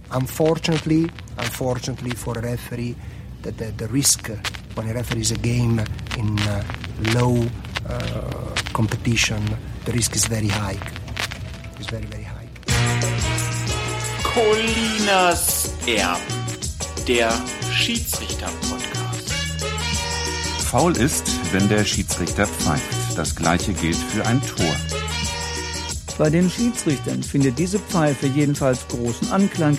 Unfortunately for a referee, the risk when a referee is a game in low competition, the risk is very high. It's very, very high. Colinas Erben, der Schiedsrichter-Podcast. Foul ist, wenn der Schiedsrichter pfeift. Das Gleiche gilt für ein Tor. Bei den Schiedsrichtern findet diese Pfeife jedenfalls großen Anklang.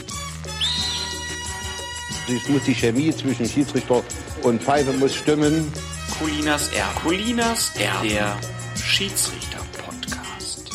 Es muss die Chemie zwischen Schiedsrichter und Pfeife muss stimmen. Colinas Erben, der Schiedsrichter-Podcast.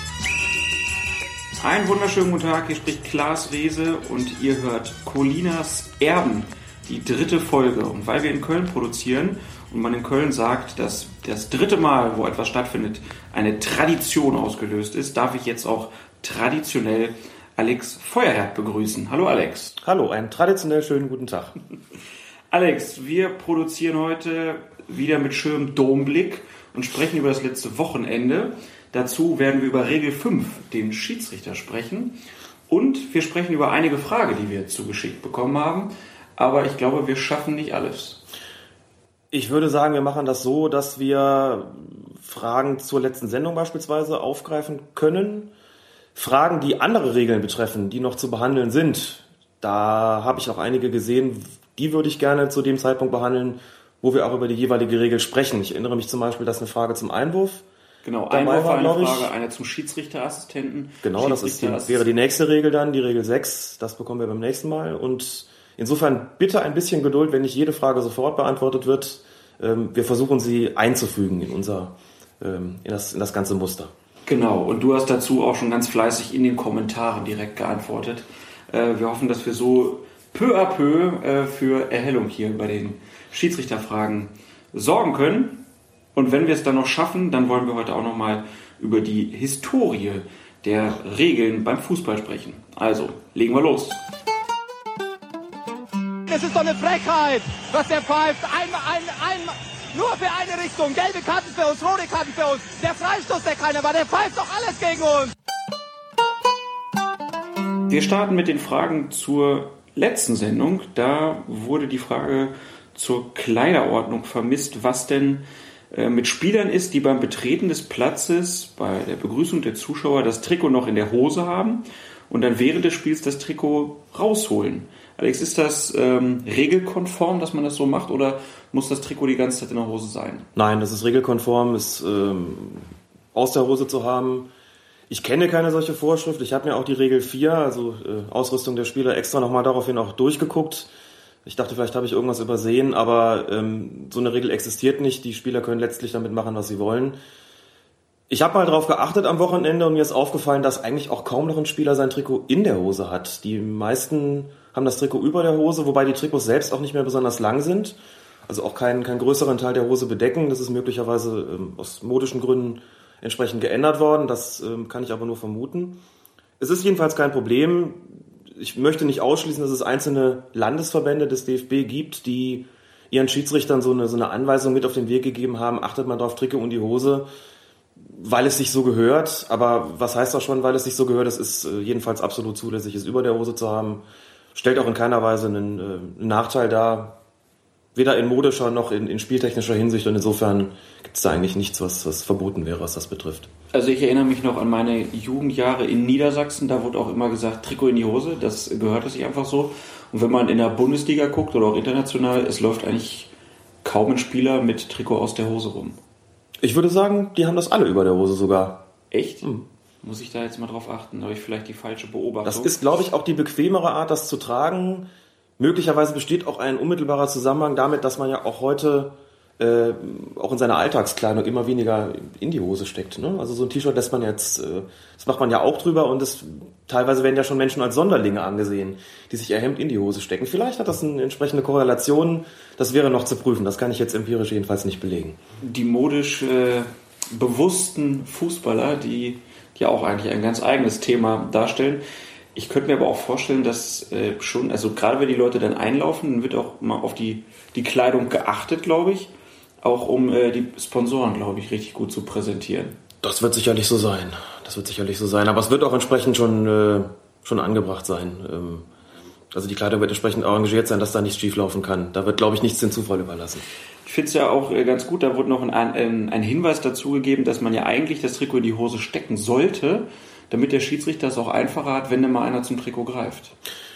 Einen wunderschönen guten Tag, hier spricht Klaas Rehse und ihr hört Colinas Erben, die 3. Folge. Und weil wir in Köln produzieren und man in Köln sagt, dass das 3. Mal, wo etwas stattfindet, eine Tradition ausgelöst ist, darf ich jetzt auch traditionell Alex Feuerherd begrüßen. Hallo Alex. Hallo, einen traditionell schönen guten Tag. Alex, wir produzieren heute wieder mit schönem Domblick und sprechen über das letzte Wochenende. Dazu werden wir über Regel 5, den Schiedsrichter, sprechen. Und wir sprechen über einige Fragen, die wir zugeschickt bekommen haben. Aber ich glaube, wir schaffen nicht alles. Ich würde sagen, wir machen das so, dass wir Fragen zur letzten Sendung beispielsweise aufgreifen können. Fragen, die andere Regeln betreffen, die noch zu behandeln sind. Da habe ich auch einige gesehen, die würde ich gerne zu dem Zeitpunkt behandeln, wo wir auch über die jeweilige Regel sprechen. Ich erinnere mich zum Beispiel, dass eine Frage zum Einwurf. Genau, Einwurf war eine Frage, eine zum Schiedsrichterassistenten. Genau, das wäre die nächste Regel dann, die Regel 6. Das bekommen wir beim nächsten Mal. Und insofern bitte ein bisschen Geduld, wenn nicht jede Frage sofort beantwortet wird. Wir versuchen sie einzufügen in das ganze Muster. Genau, und du hast dazu auch schon ganz fleißig in den Kommentaren direkt geantwortet. Wir hoffen, dass wir so peu à peu für Erhellung hier bei den Schiedsrichterfragen sorgen können. Und wenn wir es dann noch schaffen, dann wollen wir heute auch nochmal über die Historie der Regeln beim Fußball sprechen. Also, legen wir los. Es ist doch eine Frechheit, was der pfeift. Nur für eine Richtung. Gelbe Karten für uns, rote Karten für uns. Der Freistoß, der keiner war, der pfeift doch alles gegen uns. Wir starten mit den Fragen zur letzten Sendung. Da wurde die Frage zur Kleiderordnung vermisst, was denn mit Spielern ist, die beim Betreten des Platzes, bei der Begrüßung der Zuschauer, das Trikot noch in der Hose haben und dann während des Spiels das Trikot rausholen. Alex, ist das regelkonform, dass man das so macht, oder muss das Trikot die ganze Zeit in der Hose sein? Nein, das ist regelkonform, es aus der Hose zu haben. Ich kenne keine solche Vorschrift. Ich habe mir auch die Regel 4, also Ausrüstung der Spieler, extra nochmal daraufhin auch durchgeguckt. Ich dachte, vielleicht habe ich irgendwas übersehen, aber so eine Regel existiert nicht. Die Spieler können letztlich damit machen, was sie wollen. Ich habe mal darauf geachtet am Wochenende und mir ist aufgefallen, dass eigentlich auch kaum noch ein Spieler sein Trikot in der Hose hat. Die meisten haben das Trikot über der Hose, wobei die Trikots selbst auch nicht mehr besonders lang sind. Also auch keinen größeren Teil der Hose bedecken. Das ist möglicherweise aus modischen Gründen entsprechend geändert worden. Das kann ich aber nur vermuten. Es ist jedenfalls kein Problem. Ich möchte nicht ausschließen, dass es einzelne Landesverbände des DFB gibt, die ihren Schiedsrichtern so eine Anweisung mit auf den Weg gegeben haben. Achtet mal drauf, Trikot und die Hose, weil es sich so gehört. Aber was heißt das schon, weil es sich so gehört? Es ist jedenfalls absolut zulässig, es über der Hose zu haben. Stellt auch in keiner Weise einen Nachteil dar. Weder in modischer noch in spieltechnischer Hinsicht, und insofern gibt es da eigentlich nichts, was verboten wäre, was das betrifft. Also ich erinnere mich noch an meine Jugendjahre in Niedersachsen, da wurde auch immer gesagt, Trikot in die Hose, das gehört sich einfach so. Und wenn man in der Bundesliga guckt oder auch international, es läuft eigentlich kaum ein Spieler mit Trikot aus der Hose rum. Ich würde sagen, die haben das alle über der Hose sogar. Echt? Muss ich da jetzt mal drauf achten? Habe ich vielleicht die falsche Beobachtung? Das ist, glaube ich, auch die bequemere Art, das zu tragen. Möglicherweise besteht auch ein unmittelbarer Zusammenhang damit, dass man ja auch heute auch in seiner Alltagskleidung immer weniger in die Hose steckt. Ne? Also so ein T-Shirt lässt man jetzt, das macht man ja auch drüber, und teilweise werden ja schon Menschen als Sonderlinge angesehen, die sich ihr Hemd in die Hose stecken. Vielleicht hat das eine entsprechende Korrelation, das wäre noch zu prüfen. Das kann ich jetzt empirisch jedenfalls nicht belegen. Die modisch bewussten Fußballer, die ja auch eigentlich ein ganz eigenes Thema darstellen. Ich könnte mir aber auch vorstellen, dass schon, also gerade wenn die Leute dann einlaufen, dann wird auch mal auf die Kleidung geachtet, glaube ich. Auch um die Sponsoren, glaube ich, richtig gut zu präsentieren. Das wird sicherlich so sein. Aber es wird auch entsprechend schon angebracht sein. Also die Kleidung wird entsprechend arrangiert sein, dass da nichts schieflaufen kann. Da wird, glaube ich, nichts dem Zufall überlassen. Ich finde es ja auch ganz gut, da wurde noch ein Hinweis dazu gegeben, dass man ja eigentlich das Trikot in die Hose stecken sollte, damit der Schiedsrichter es auch einfacher hat, wenn da mal einer zum Trikot greift.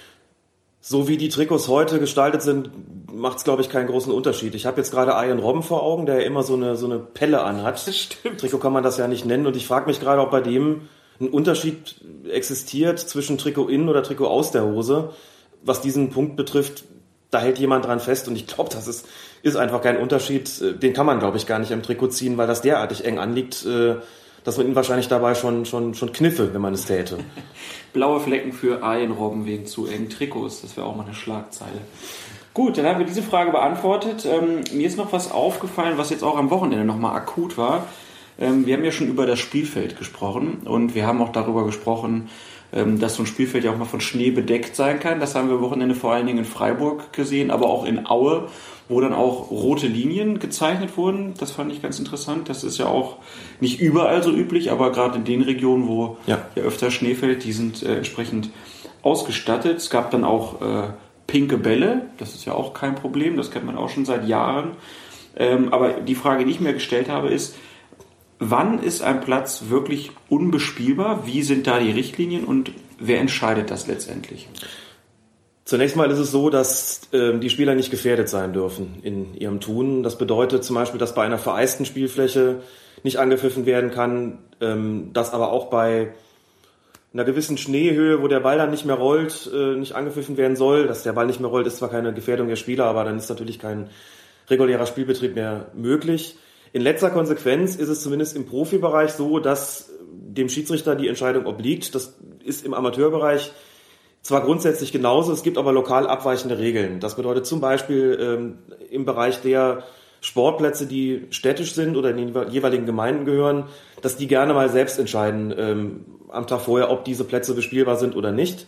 So wie die Trikots heute gestaltet sind, macht es, glaube ich, keinen großen Unterschied. Ich habe jetzt gerade Arjen Robben vor Augen, der ja immer so eine Pelle anhat. Das stimmt. Trikot kann man das ja nicht nennen. Und ich frage mich gerade, ob bei dem ein Unterschied existiert zwischen Trikot in oder Trikot aus der Hose. Was diesen Punkt betrifft, da hält jemand dran fest. Und ich glaube, das ist einfach kein Unterschied. Den kann man, glaube ich, gar nicht am Trikot ziehen, weil das derartig eng anliegt, dass man ihn wahrscheinlich dabei schon kniffe, wenn man es täte. Blaue Flecken für Arjen Robben wegen zu engen Trikots. Das wäre auch mal eine Schlagzeile. Gut, dann haben wir diese Frage beantwortet. Mir ist noch was aufgefallen, was jetzt auch am Wochenende nochmal akut war. Wir haben ja schon über das Spielfeld gesprochen und wir haben auch darüber gesprochen, dass so ein Spielfeld ja auch mal von Schnee bedeckt sein kann. Das haben wir am Wochenende vor allen Dingen in Freiburg gesehen, aber auch in Aue, wo dann auch rote Linien gezeichnet wurden. Das fand ich ganz interessant. Das ist ja auch nicht überall so üblich, aber gerade in den Regionen, wo ja öfter Schnee fällt, die sind entsprechend ausgestattet. Es gab dann auch pinke Bälle. Das ist ja auch kein Problem. Das kennt man auch schon seit Jahren. Aber die Frage, die ich mir gestellt habe, ist, wann ist ein Platz wirklich unbespielbar? Wie sind da die Richtlinien und wer entscheidet das letztendlich? Zunächst mal ist es so, dass die Spieler nicht gefährdet sein dürfen in ihrem Tun. Das bedeutet zum Beispiel, dass bei einer vereisten Spielfläche nicht angepfiffen werden kann, dass aber auch bei einer gewissen Schneehöhe, wo der Ball dann nicht mehr rollt, nicht angepfiffen werden soll. Dass der Ball nicht mehr rollt, ist zwar keine Gefährdung der Spieler, aber dann ist natürlich kein regulärer Spielbetrieb mehr möglich. In letzter Konsequenz ist es zumindest im Profibereich so, dass dem Schiedsrichter die Entscheidung obliegt. Das ist im Amateurbereich zwar grundsätzlich genauso, es gibt aber lokal abweichende Regeln. Das bedeutet zum Beispiel im Bereich der Sportplätze, die städtisch sind oder in den jeweiligen Gemeinden gehören, dass die gerne mal selbst entscheiden am Tag vorher, ob diese Plätze bespielbar sind oder nicht.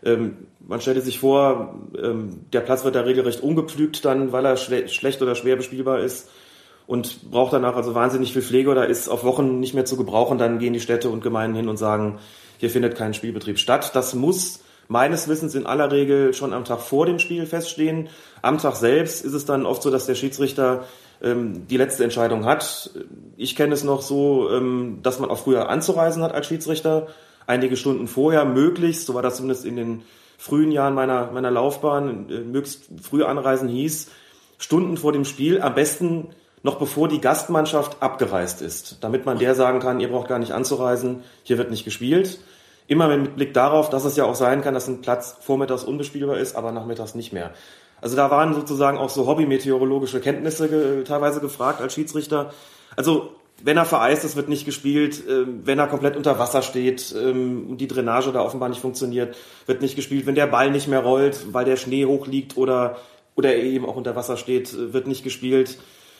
Man stellt sich vor, der Platz wird da regelrecht umgepflügt dann, weil er schlecht oder schwer bespielbar ist und braucht danach also wahnsinnig viel Pflege oder ist auf Wochen nicht mehr zu gebrauchen. Dann gehen die Städte und Gemeinden hin und sagen, hier findet kein Spielbetrieb statt. Das muss meines Wissens in aller Regel schon am Tag vor dem Spiel feststehen. Am Tag selbst ist es dann oft so, dass der Schiedsrichter die letzte Entscheidung hat. Ich kenne es noch so, dass man auch früher anzureisen hat als Schiedsrichter. Einige Stunden vorher möglichst, so war das zumindest in den frühen Jahren meiner Laufbahn, möglichst früh anreisen hieß, Stunden vor dem Spiel, am besten noch bevor die Gastmannschaft abgereist ist, damit man der sagen kann, ihr braucht gar nicht anzureisen, hier wird nicht gespielt. Immer mit Blick darauf, dass es ja auch sein kann, dass ein Platz vormittags unbespielbar ist, aber nachmittags nicht mehr. Also da waren sozusagen auch so hobbymeteorologische Kenntnisse teilweise gefragt als Schiedsrichter. Also wenn er vereist ist, wird nicht gespielt. Wenn er komplett unter Wasser steht und die Drainage da offenbar nicht funktioniert, wird nicht gespielt. Wenn der Ball nicht mehr rollt, weil der Schnee hoch liegt oder er eben auch unter Wasser steht, wird nicht gespielt.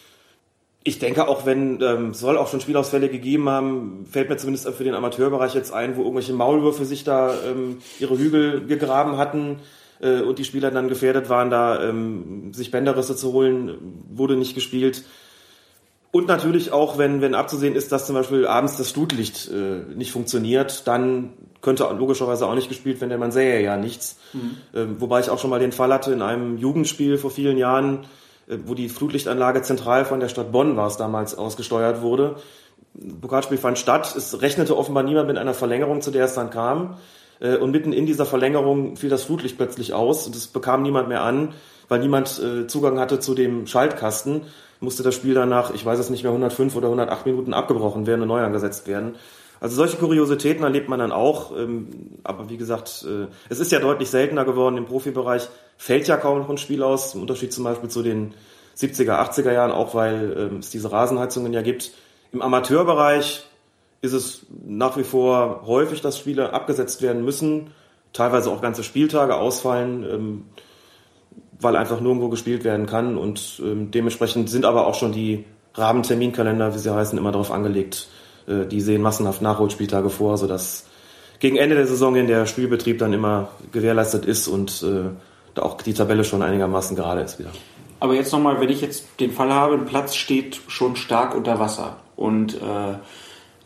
Ich denke auch, es soll auch schon Spielausfälle gegeben haben, fällt mir zumindest für den Amateurbereich jetzt ein, wo irgendwelche Maulwürfe sich da ihre Hügel gegraben hatten und die Spieler dann gefährdet waren, da sich Bänderrisse zu holen, wurde nicht gespielt. Und natürlich auch, wenn abzusehen ist, dass zum Beispiel abends das Flutlicht nicht funktioniert, dann könnte logischerweise auch nicht gespielt werden, denn man sähe ja nichts. Wobei ich auch schon mal den Fall hatte in einem Jugendspiel vor vielen Jahren, wo die Flutlichtanlage zentral von der Stadt Bonn war es damals ausgesteuert wurde. Pokalspiel fand statt. Es rechnete offenbar niemand mit einer Verlängerung, zu der es dann kam. Und mitten in dieser Verlängerung fiel das Flutlicht plötzlich aus und es bekam niemand mehr an, weil niemand Zugang hatte zu dem Schaltkasten. Musste das Spiel danach, ich weiß es nicht mehr, 105 oder 108 Minuten abgebrochen werden und neu angesetzt werden. Also solche Kuriositäten erlebt man dann auch. Aber wie gesagt, es ist ja deutlich seltener geworden. Im Profibereich fällt ja kaum noch ein Spiel aus. Im Unterschied zum Beispiel zu den 70er, 80er Jahren, auch weil es diese Rasenheizungen ja gibt. Im Amateurbereich ist es nach wie vor häufig, dass Spiele abgesetzt werden müssen. Teilweise auch ganze Spieltage ausfallen, weil einfach nirgendwo gespielt werden kann. Und dementsprechend sind aber auch schon die Rahmenterminkalender, wie sie heißen, immer darauf angelegt. Die sehen massenhaft Nachholspieltage vor, sodass gegen Ende der Saison der Spielbetrieb dann immer gewährleistet ist und da auch die Tabelle schon einigermaßen gerade ist wieder. Aber jetzt nochmal, wenn ich jetzt den Fall habe, ein Platz steht schon stark unter Wasser und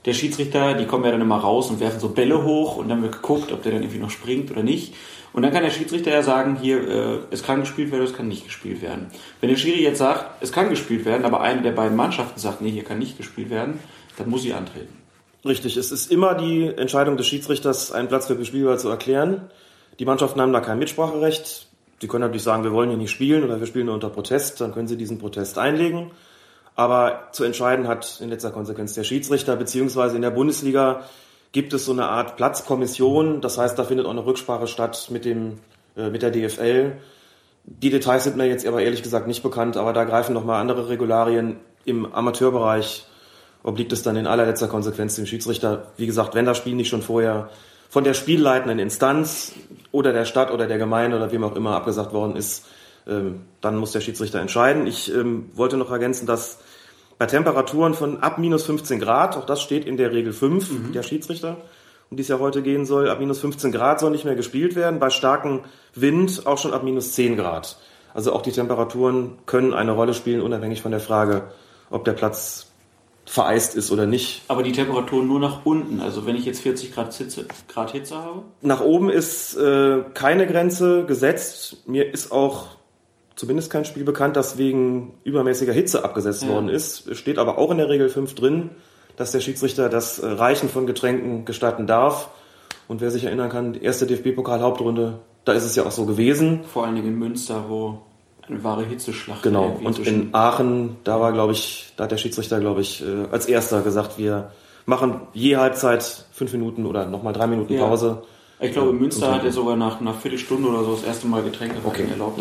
der Schiedsrichter, die kommen ja dann immer raus und werfen so Bälle hoch und dann wird geguckt, ob der dann irgendwie noch springt oder nicht. Und dann kann der Schiedsrichter ja sagen, hier, es kann gespielt werden oder es kann nicht gespielt werden. Wenn der Schiri jetzt sagt, es kann gespielt werden, aber eine der beiden Mannschaften sagt, nee, hier kann nicht gespielt werden, dann muss sie antreten. Richtig, es ist immer die Entscheidung des Schiedsrichters, einen Platz für bespielbar zu erklären. Die Mannschaften haben da kein Mitspracherecht. Sie können natürlich sagen, wir wollen hier nicht spielen oder wir spielen nur unter Protest, dann können sie diesen Protest einlegen. Aber zu entscheiden hat in letzter Konsequenz der Schiedsrichter, beziehungsweise in der Bundesliga gibt es so eine Art Platzkommission. Das heißt, da findet auch eine Rücksprache statt mit der DFL. Die Details sind mir jetzt aber ehrlich gesagt nicht bekannt, aber da greifen nochmal andere Regularien. Im Amateurbereich obliegt es dann in allerletzter Konsequenz dem Schiedsrichter. Wie gesagt, wenn das Spiel nicht schon vorher von der spielleitenden Instanz oder der Stadt oder der Gemeinde oder wem auch immer abgesagt worden ist, dann muss der Schiedsrichter entscheiden. Ich wollte noch ergänzen, dass bei Temperaturen von ab minus 15 Grad, auch das steht in der Regel 5 der Schiedsrichter, um die es ja heute gehen soll, ab minus 15 Grad soll nicht mehr gespielt werden. Bei starkem Wind auch schon ab minus 10 Grad. Also auch die Temperaturen können eine Rolle spielen, unabhängig von der Frage, ob der Platz vereist ist oder nicht. Aber die Temperatur nur nach unten, also wenn ich jetzt 40 Grad Hitze habe? Nach oben ist keine Grenze gesetzt. Mir ist auch zumindest kein Spiel bekannt, das wegen übermäßiger Hitze abgesetzt worden ist. Es steht aber auch in der Regel 5 drin, dass der Schiedsrichter das Reichen von Getränken gestatten darf. Und wer sich erinnern kann, die erste DFB-Pokal-Hauptrunde, da ist es ja auch so gewesen. Vor allen Dingen in Münster, wo eine wahre Hitzeschlacht. Genau, und in Aachen, da hat der Schiedsrichter, als erster gesagt, wir machen je Halbzeit 5 Minuten oder nochmal 3 Minuten Pause. Ich glaube, in Münster hat er sogar nach einer Viertelstunde oder so das erste Mal Getränke erlaubt.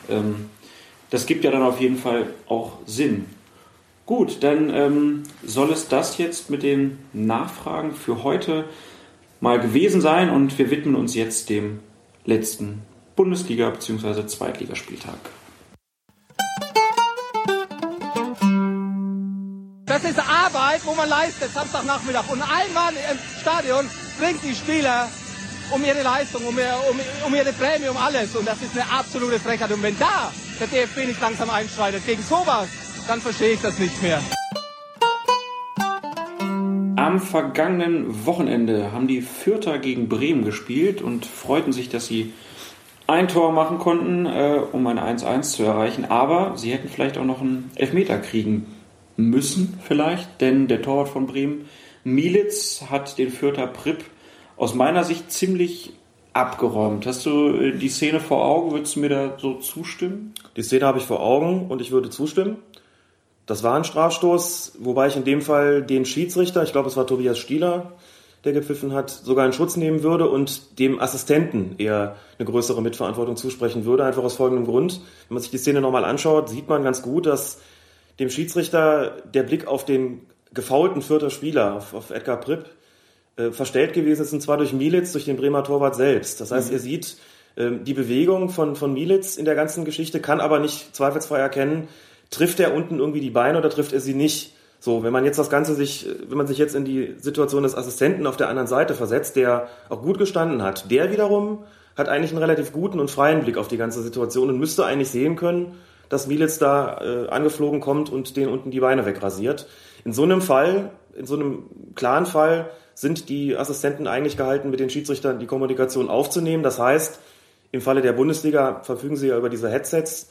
Das gibt ja dann auf jeden Fall auch Sinn. Gut, dann soll es das jetzt mit den Nachfragen für heute mal gewesen sein und wir widmen uns jetzt dem letzten Bundesliga- bzw. Zweitligaspieltag. Das ist Arbeit, wo man leistet, Samstagnachmittag. Und ein Mann im Stadion bringt die Spieler um ihre Leistung, um ihre Prämie, um alles. Und das ist eine absolute Frechheit. Und wenn da der DFB nicht langsam einschreitet gegen sowas, dann verstehe ich das nicht mehr. Am vergangenen Wochenende haben die Fürther gegen Bremen gespielt und freuten sich, dass sie ein Tor machen konnten, um ein 1-1 zu erreichen. Aber sie hätten vielleicht auch noch einen Elfmeter kriegen müssen, vielleicht. Denn der Torwart von Bremen, Mielitz, hat den Fürther Pripp aus meiner Sicht ziemlich abgeräumt. Hast du die Szene vor Augen? Würdest du mir da so zustimmen? Die Szene habe ich vor Augen und ich würde zustimmen. Das war ein Strafstoß, wobei ich in dem Fall den Schiedsrichter, ich glaube es war Tobias Stieler, der gepfiffen hat, sogar in Schutz nehmen würde und dem Assistenten eher eine größere Mitverantwortung zusprechen würde, einfach aus folgendem Grund. Wenn man sich die Szene nochmal anschaut, sieht man ganz gut, dass dem Schiedsrichter der Blick auf den gefoulten Fürther Spieler, auf Edgar Pripp, verstellt gewesen ist, und zwar durch Mielitz, durch den Bremer Torwart selbst. Das heißt, er sieht die Bewegung von Mielitz in der ganzen Geschichte, kann aber nicht zweifelsfrei erkennen, trifft er unten irgendwie die Beine oder trifft er sie nicht. So, wenn man jetzt wenn man sich jetzt in die Situation des Assistenten auf der anderen Seite versetzt, der auch gut gestanden hat, der wiederum hat eigentlich einen relativ guten und freien Blick auf die ganze Situation und müsste eigentlich sehen können, dass Mielitz da angeflogen kommt und den unten die Beine wegrasiert. In so einem klaren Fall, sind die Assistenten eigentlich gehalten, mit den Schiedsrichtern die Kommunikation aufzunehmen. Das heißt, im Falle der Bundesliga verfügen sie ja über diese Headsets.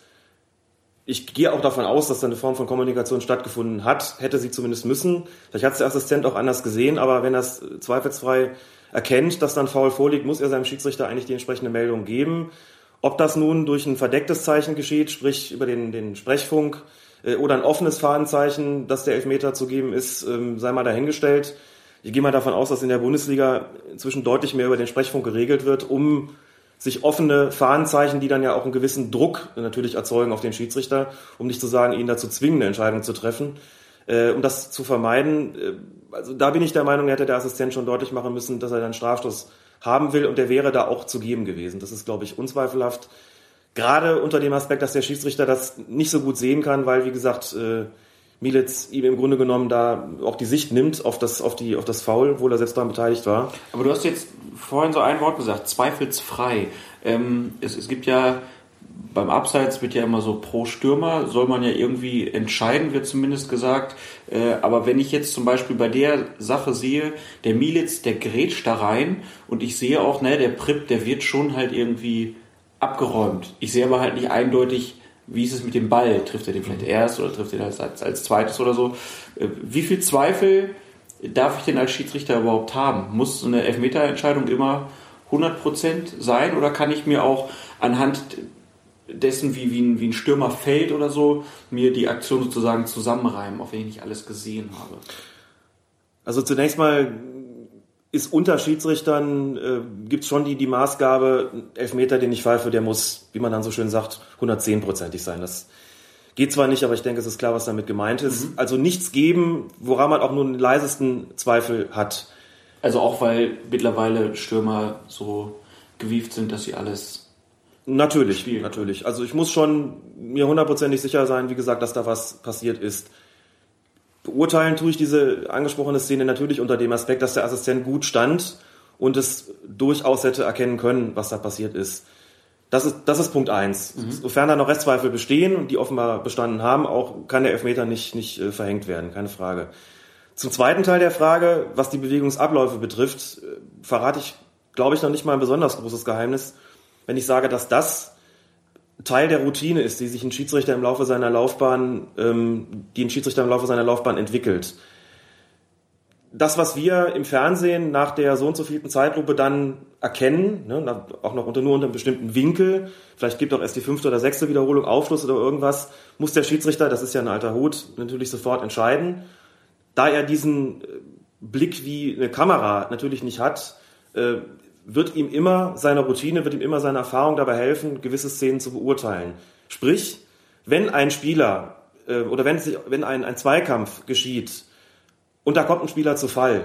Ich gehe auch davon aus, dass da eine Form von Kommunikation stattgefunden hat, hätte sie zumindest müssen. Vielleicht hat es der Assistent auch anders gesehen, aber wenn er es zweifelsfrei erkennt, dass dann Foul vorliegt, muss er seinem Schiedsrichter eigentlich die entsprechende Meldung geben. Ob das nun durch ein verdecktes Zeichen geschieht, sprich über den Sprechfunk, oder ein offenes Fahndenzeichen, dass der Elfmeter zu geben ist, sei mal dahingestellt. Ich gehe mal davon aus, dass in der Bundesliga inzwischen deutlich mehr über den Sprechfunk geregelt wird, um sich offene Fahnenzeichen, die dann ja auch einen gewissen Druck natürlich erzeugen auf den Schiedsrichter, um nicht zu sagen, ihn dazu zwingen, eine Entscheidung zu treffen. Um das zu vermeiden, also da bin ich der Meinung, hätte der Assistent schon deutlich machen müssen, dass er dann einen Strafstoß haben will und der wäre da auch zu geben gewesen. Das ist, glaube ich, unzweifelhaft. Gerade unter dem Aspekt, dass der Schiedsrichter das nicht so gut sehen kann, weil, wie gesagt, Mielitz ihm im Grunde genommen da auch die Sicht nimmt auf das Foul, obwohl er selbst daran beteiligt war. Aber du hast jetzt vorhin so ein Wort gesagt, zweifelsfrei. Es gibt ja beim Abseits wird ja immer so pro Stürmer, soll man ja irgendwie entscheiden, wird zumindest gesagt. Aber wenn ich jetzt zum Beispiel bei der Sache sehe, der Milic, der grätscht da rein und ich sehe auch, der Pripp, der wird schon halt irgendwie abgeräumt. Ich sehe aber halt nicht eindeutig, wie ist es mit dem Ball? Trifft er den vielleicht erst oder trifft er den als zweites oder so? Wie viel Zweifel darf ich denn als Schiedsrichter überhaupt haben? Muss so eine Elfmeterentscheidung immer 100% sein oder kann ich mir auch anhand dessen, wie ein Stürmer fällt oder so, mir die Aktion sozusagen zusammenreimen, auch wenn ich nicht alles gesehen habe? Also zunächst mal ist unter Schiedsrichtern, gibt es schon die Maßgabe, Elfmeter, den ich pfeife, der muss, wie man dann so schön sagt, 110%ig sein. Das geht zwar nicht, aber ich denke, es ist klar, was damit gemeint ist. Also nichts geben, woran man auch nur den leisesten Zweifel hat. Also auch, weil mittlerweile Stürmer so gewieft sind, dass sie alles Natürlich. spielen. Natürlich. Also ich muss schon mir 100% sicher sein, wie gesagt, dass da was passiert ist. Beurteilen tue ich diese angesprochene Szene natürlich unter dem Aspekt, dass der Assistent gut stand und es durchaus hätte erkennen können, was da passiert ist. Das ist Punkt 1. Sofern da noch Restzweifel bestehen und die offenbar bestanden haben, auch kann der Elfmeter nicht verhängt werden, keine Frage. Zum zweiten Teil der Frage, was die Bewegungsabläufe betrifft, verrate ich, glaube ich, noch nicht mal ein besonders großes Geheimnis, wenn ich sage, dass das Teil der Routine ist, die ein Schiedsrichter im Laufe seiner Laufbahn entwickelt. Das, was wir im Fernsehen nach der so und so vielten Zeitlupe dann erkennen, auch noch nur unter einem bestimmten Winkel, vielleicht gibt auch erst die 5. oder 6. Wiederholung Aufschluss oder irgendwas, muss der Schiedsrichter, das ist ja ein alter Hut, natürlich sofort entscheiden. Da er diesen Blick wie eine Kamera natürlich nicht hat, wird ihm immer seine Routine, wird ihm immer seine Erfahrung dabei helfen, gewisse Szenen zu beurteilen. Sprich, wenn ein Spieler oder wenn ein Zweikampf geschieht und da kommt ein Spieler zu Fall,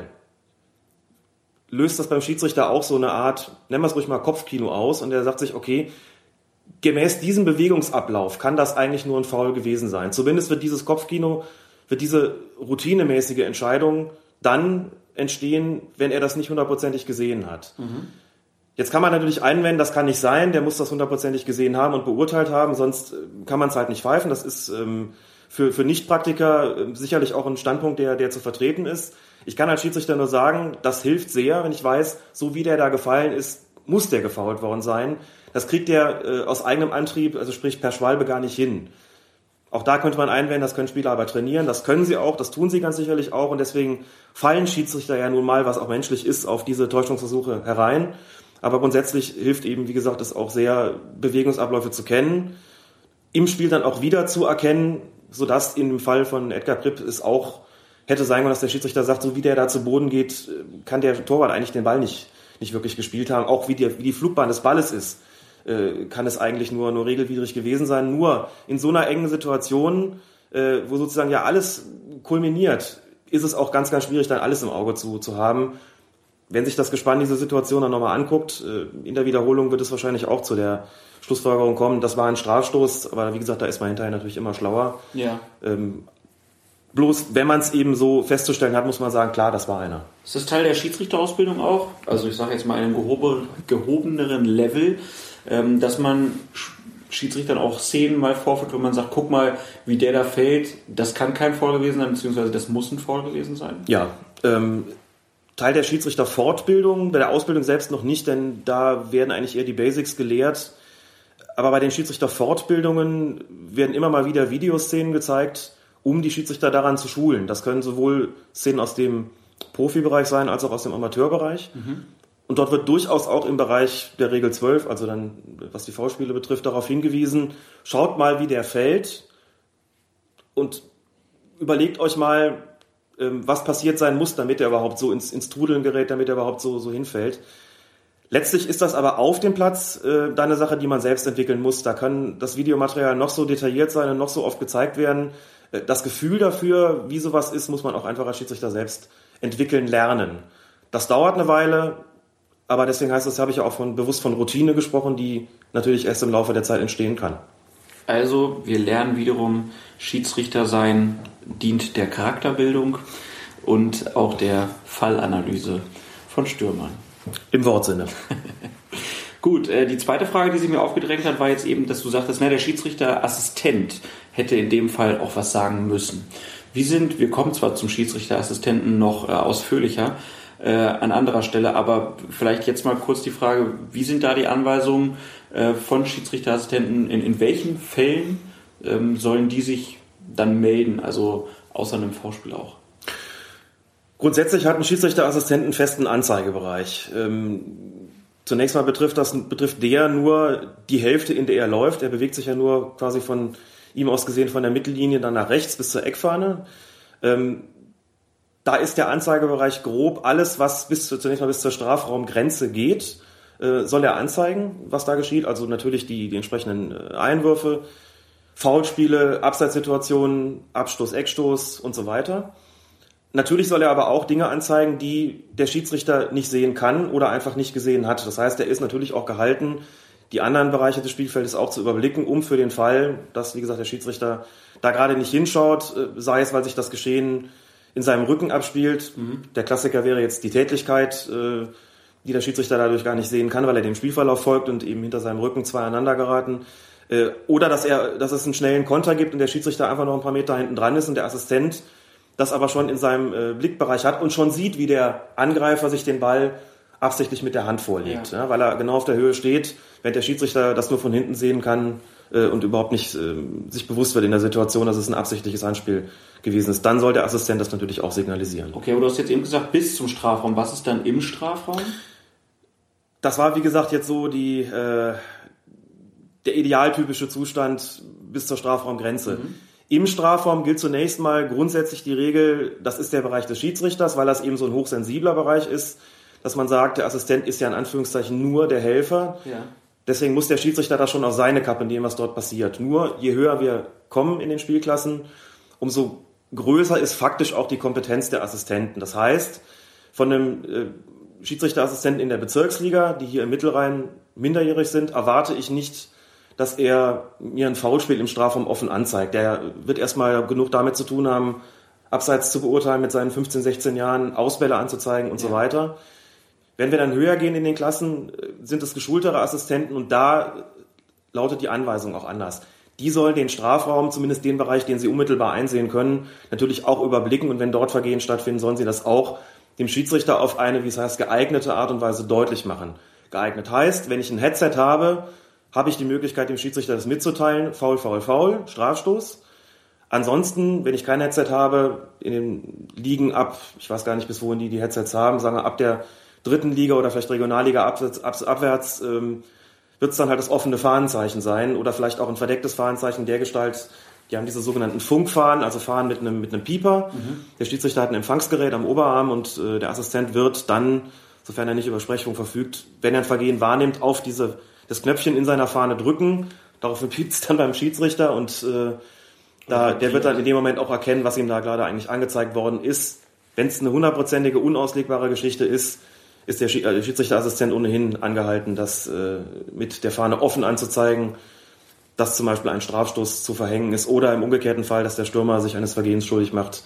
löst das beim Schiedsrichter auch so eine Art, nennen wir es ruhig mal Kopfkino aus und er sagt sich, okay, gemäß diesem Bewegungsablauf kann das eigentlich nur ein Foul gewesen sein. Zumindest wird dieses Kopfkino, wird diese routinemäßige Entscheidung dann entstehen, wenn er das nicht 100%ig gesehen hat. Jetzt kann man natürlich einwenden, das kann nicht sein, der muss das 100%ig gesehen haben und beurteilt haben, sonst kann man es halt nicht pfeifen. Das ist für Nichtpraktiker sicherlich auch ein Standpunkt, der zu vertreten ist. Ich kann als Schiedsrichter nur sagen, das hilft sehr, wenn ich weiß, so wie der da gefallen ist, muss der gefoult worden sein. Das kriegt der aus eigenem Antrieb, also sprich per Schwalbe, gar nicht hin. Auch da könnte man einwenden, das können Spieler aber trainieren, das können sie auch, das tun sie ganz sicherlich auch und deswegen fallen Schiedsrichter ja nun mal, was auch menschlich ist, auf diese Täuschungsversuche herein. Aber grundsätzlich hilft eben, wie gesagt, es auch sehr, Bewegungsabläufe zu kennen, im Spiel dann auch wieder zu erkennen, sodass in dem Fall von Edgar Pripp es auch hätte sein können, dass der Schiedsrichter sagt, so wie der da zu Boden geht, kann der Torwart eigentlich den Ball nicht wirklich gespielt haben. Auch wie die Flugbahn des Balles ist, kann es eigentlich nur regelwidrig gewesen sein. Nur in so einer engen Situation, wo sozusagen ja alles kulminiert, ist es auch ganz, ganz schwierig, dann alles im Auge zu haben. Wenn sich das Gespann diese Situation dann nochmal anguckt, in der Wiederholung wird es wahrscheinlich auch zu der Schlussfolgerung kommen, das war ein Strafstoß, aber wie gesagt, da ist man hinterher natürlich immer schlauer. Ja. Bloß, wenn man es eben so festzustellen hat, muss man sagen, klar, das war einer. Ist das Teil der Schiedsrichterausbildung auch? Also ich sage jetzt mal einem gehobeneren Level, dass man Schiedsrichtern auch Szenen mal vorführt, wo man sagt, guck mal, wie der da fällt, das kann kein Foul gewesen sein, beziehungsweise das muss ein Foul gewesen sein? Ja, Teil der Schiedsrichterfortbildung, bei der Ausbildung selbst noch nicht, denn da werden eigentlich eher die Basics gelehrt. Aber bei den Schiedsrichterfortbildungen werden immer mal wieder Videoszenen gezeigt, um die Schiedsrichter daran zu schulen. Das können sowohl Szenen aus dem Profibereich sein, als auch aus dem Amateurbereich. Und dort wird durchaus auch im Bereich der Regel 12, also dann, was die Foulspiele betrifft, darauf hingewiesen, schaut mal, wie der fällt und überlegt euch mal, was passiert sein muss, damit er überhaupt so ins Trudeln gerät, damit er überhaupt so hinfällt. Letztlich ist das aber auf dem Platz da eine Sache, die man selbst entwickeln muss. Da kann das Videomaterial noch so detailliert sein und noch so oft gezeigt werden. Das Gefühl dafür, wie sowas ist, muss man auch einfach als Schiedsrichter selbst entwickeln, lernen. Das dauert eine Weile, aber deswegen heißt das, habe ich ja auch bewusst von Routine gesprochen, die natürlich erst im Laufe der Zeit entstehen kann. Also, wir lernen wiederum, Schiedsrichter sein dient der Charakterbildung und auch der Fallanalyse von Stürmern. Im Wortsinne. Gut, die zweite Frage, die sich mir aufgedrängt hat, war jetzt eben, dass du sagtest, der Schiedsrichterassistent hätte in dem Fall auch was sagen müssen. Wir kommen zwar zum Schiedsrichterassistenten noch ausführlicher an anderer Stelle, aber vielleicht jetzt mal kurz die Frage, wie sind da die Anweisungen von Schiedsrichterassistenten, in welchen Fällen sollen die sich dann melden, also außer einem V-Spiel auch? Grundsätzlich hat ein Schiedsrichterassistent einen festen Anzeigebereich. Zunächst mal betrifft der nur die Hälfte, in der er läuft. Er bewegt sich ja nur quasi von ihm aus gesehen von der Mittellinie dann nach rechts bis zur Eckfahne. Da ist der Anzeigebereich grob alles, was zunächst mal bis zur Strafraumgrenze geht, soll er anzeigen, was da geschieht. Also natürlich die entsprechenden Einwürfe, Foulspiele, Abseitssituationen, Abstoß, Eckstoß und so weiter. Natürlich soll er aber auch Dinge anzeigen, die der Schiedsrichter nicht sehen kann oder einfach nicht gesehen hat. Das heißt, er ist natürlich auch gehalten, die anderen Bereiche des Spielfeldes auch zu überblicken, um für den Fall, dass, wie gesagt, der Schiedsrichter da gerade nicht hinschaut, sei es, weil sich das Geschehen in seinem Rücken abspielt. Der Klassiker wäre jetzt die Tätlichkeit, die der Schiedsrichter dadurch gar nicht sehen kann, weil er dem Spielverlauf folgt und eben hinter seinem Rücken zwei aneinander geraten. Oder dass es einen schnellen Konter gibt und der Schiedsrichter einfach noch ein paar Meter hinten dran ist und der Assistent das aber schon in seinem Blickbereich hat und schon sieht, wie der Angreifer sich den Ball absichtlich mit der Hand vorlegt, ja, weil er genau auf der Höhe steht, während der Schiedsrichter das nur von hinten sehen kann und überhaupt nicht sich bewusst wird in der Situation, dass es ein absichtliches Anspiel gewesen ist. Dann soll der Assistent das natürlich auch signalisieren. Okay, aber du hast jetzt eben gesagt, bis zum Strafraum. Was ist dann im Strafraum? Das war, wie gesagt, jetzt so der idealtypische Zustand bis zur Strafraumgrenze. Im Strafraum gilt zunächst mal grundsätzlich die Regel, das ist der Bereich des Schiedsrichters, weil das eben so ein hochsensibler Bereich ist, dass man sagt, der Assistent ist ja in Anführungszeichen nur der Helfer. Ja. Deswegen muss der Schiedsrichter da schon auf seine Kappe nehmen, was dort passiert. Nur je höher wir kommen in den Spielklassen, umso größer ist faktisch auch die Kompetenz der Assistenten. Das heißt, von einem Schiedsrichterassistenten in der Bezirksliga, die hier im Mittelrhein minderjährig sind, erwarte ich nicht, dass er mir ein Foulspiel im Strafraum offen anzeigt. Der wird erstmal genug damit zu tun haben, Abseits zu beurteilen mit seinen 15, 16 Jahren, Ausbälle anzuzeigen und so weiter. Wenn wir dann höher gehen in den Klassen, sind es geschultere Assistenten und da lautet die Anweisung auch anders. Die sollen den Strafraum, zumindest den Bereich, den sie unmittelbar einsehen können, natürlich auch überblicken und wenn dort Vergehen stattfinden, sollen sie das auch dem Schiedsrichter auf eine, wie es heißt, geeignete Art und Weise deutlich machen. Geeignet heißt, wenn ich ein Headset habe ich die Möglichkeit, dem Schiedsrichter das mitzuteilen, Foul, Foul, Foul, Strafstoß. Ansonsten, wenn ich kein Headset habe, in den Ligen ab, ich weiß gar nicht, bis wohin die Headsets haben, sagen wir ab der 3. Liga oder vielleicht Regionalliga abwärts, wird es dann halt das offene Fahnenzeichen sein oder vielleicht auch ein verdecktes Fahnenzeichen dergestalt. Die haben diese sogenannten Funkfahnen, also Fahnen mit einem Pieper. Der Schiedsrichter hat ein Empfangsgerät am Oberarm und der Assistent wird dann, sofern er nicht über Sprechung verfügt, wenn er ein Vergehen wahrnimmt, auf das Knöpfchen in seiner Fahne drücken. Daraufhin piept es dann beim Schiedsrichter und der wird dann in dem Moment auch erkennen, was ihm da gerade eigentlich angezeigt worden ist. Wenn es eine 100%ige, unauslegbare Geschichte ist der Schiedsrichterassistent ohnehin angehalten, das mit der Fahne offen anzuzeigen, dass zum Beispiel ein Strafstoß zu verhängen ist oder im umgekehrten Fall, dass der Stürmer sich eines Vergehens schuldig macht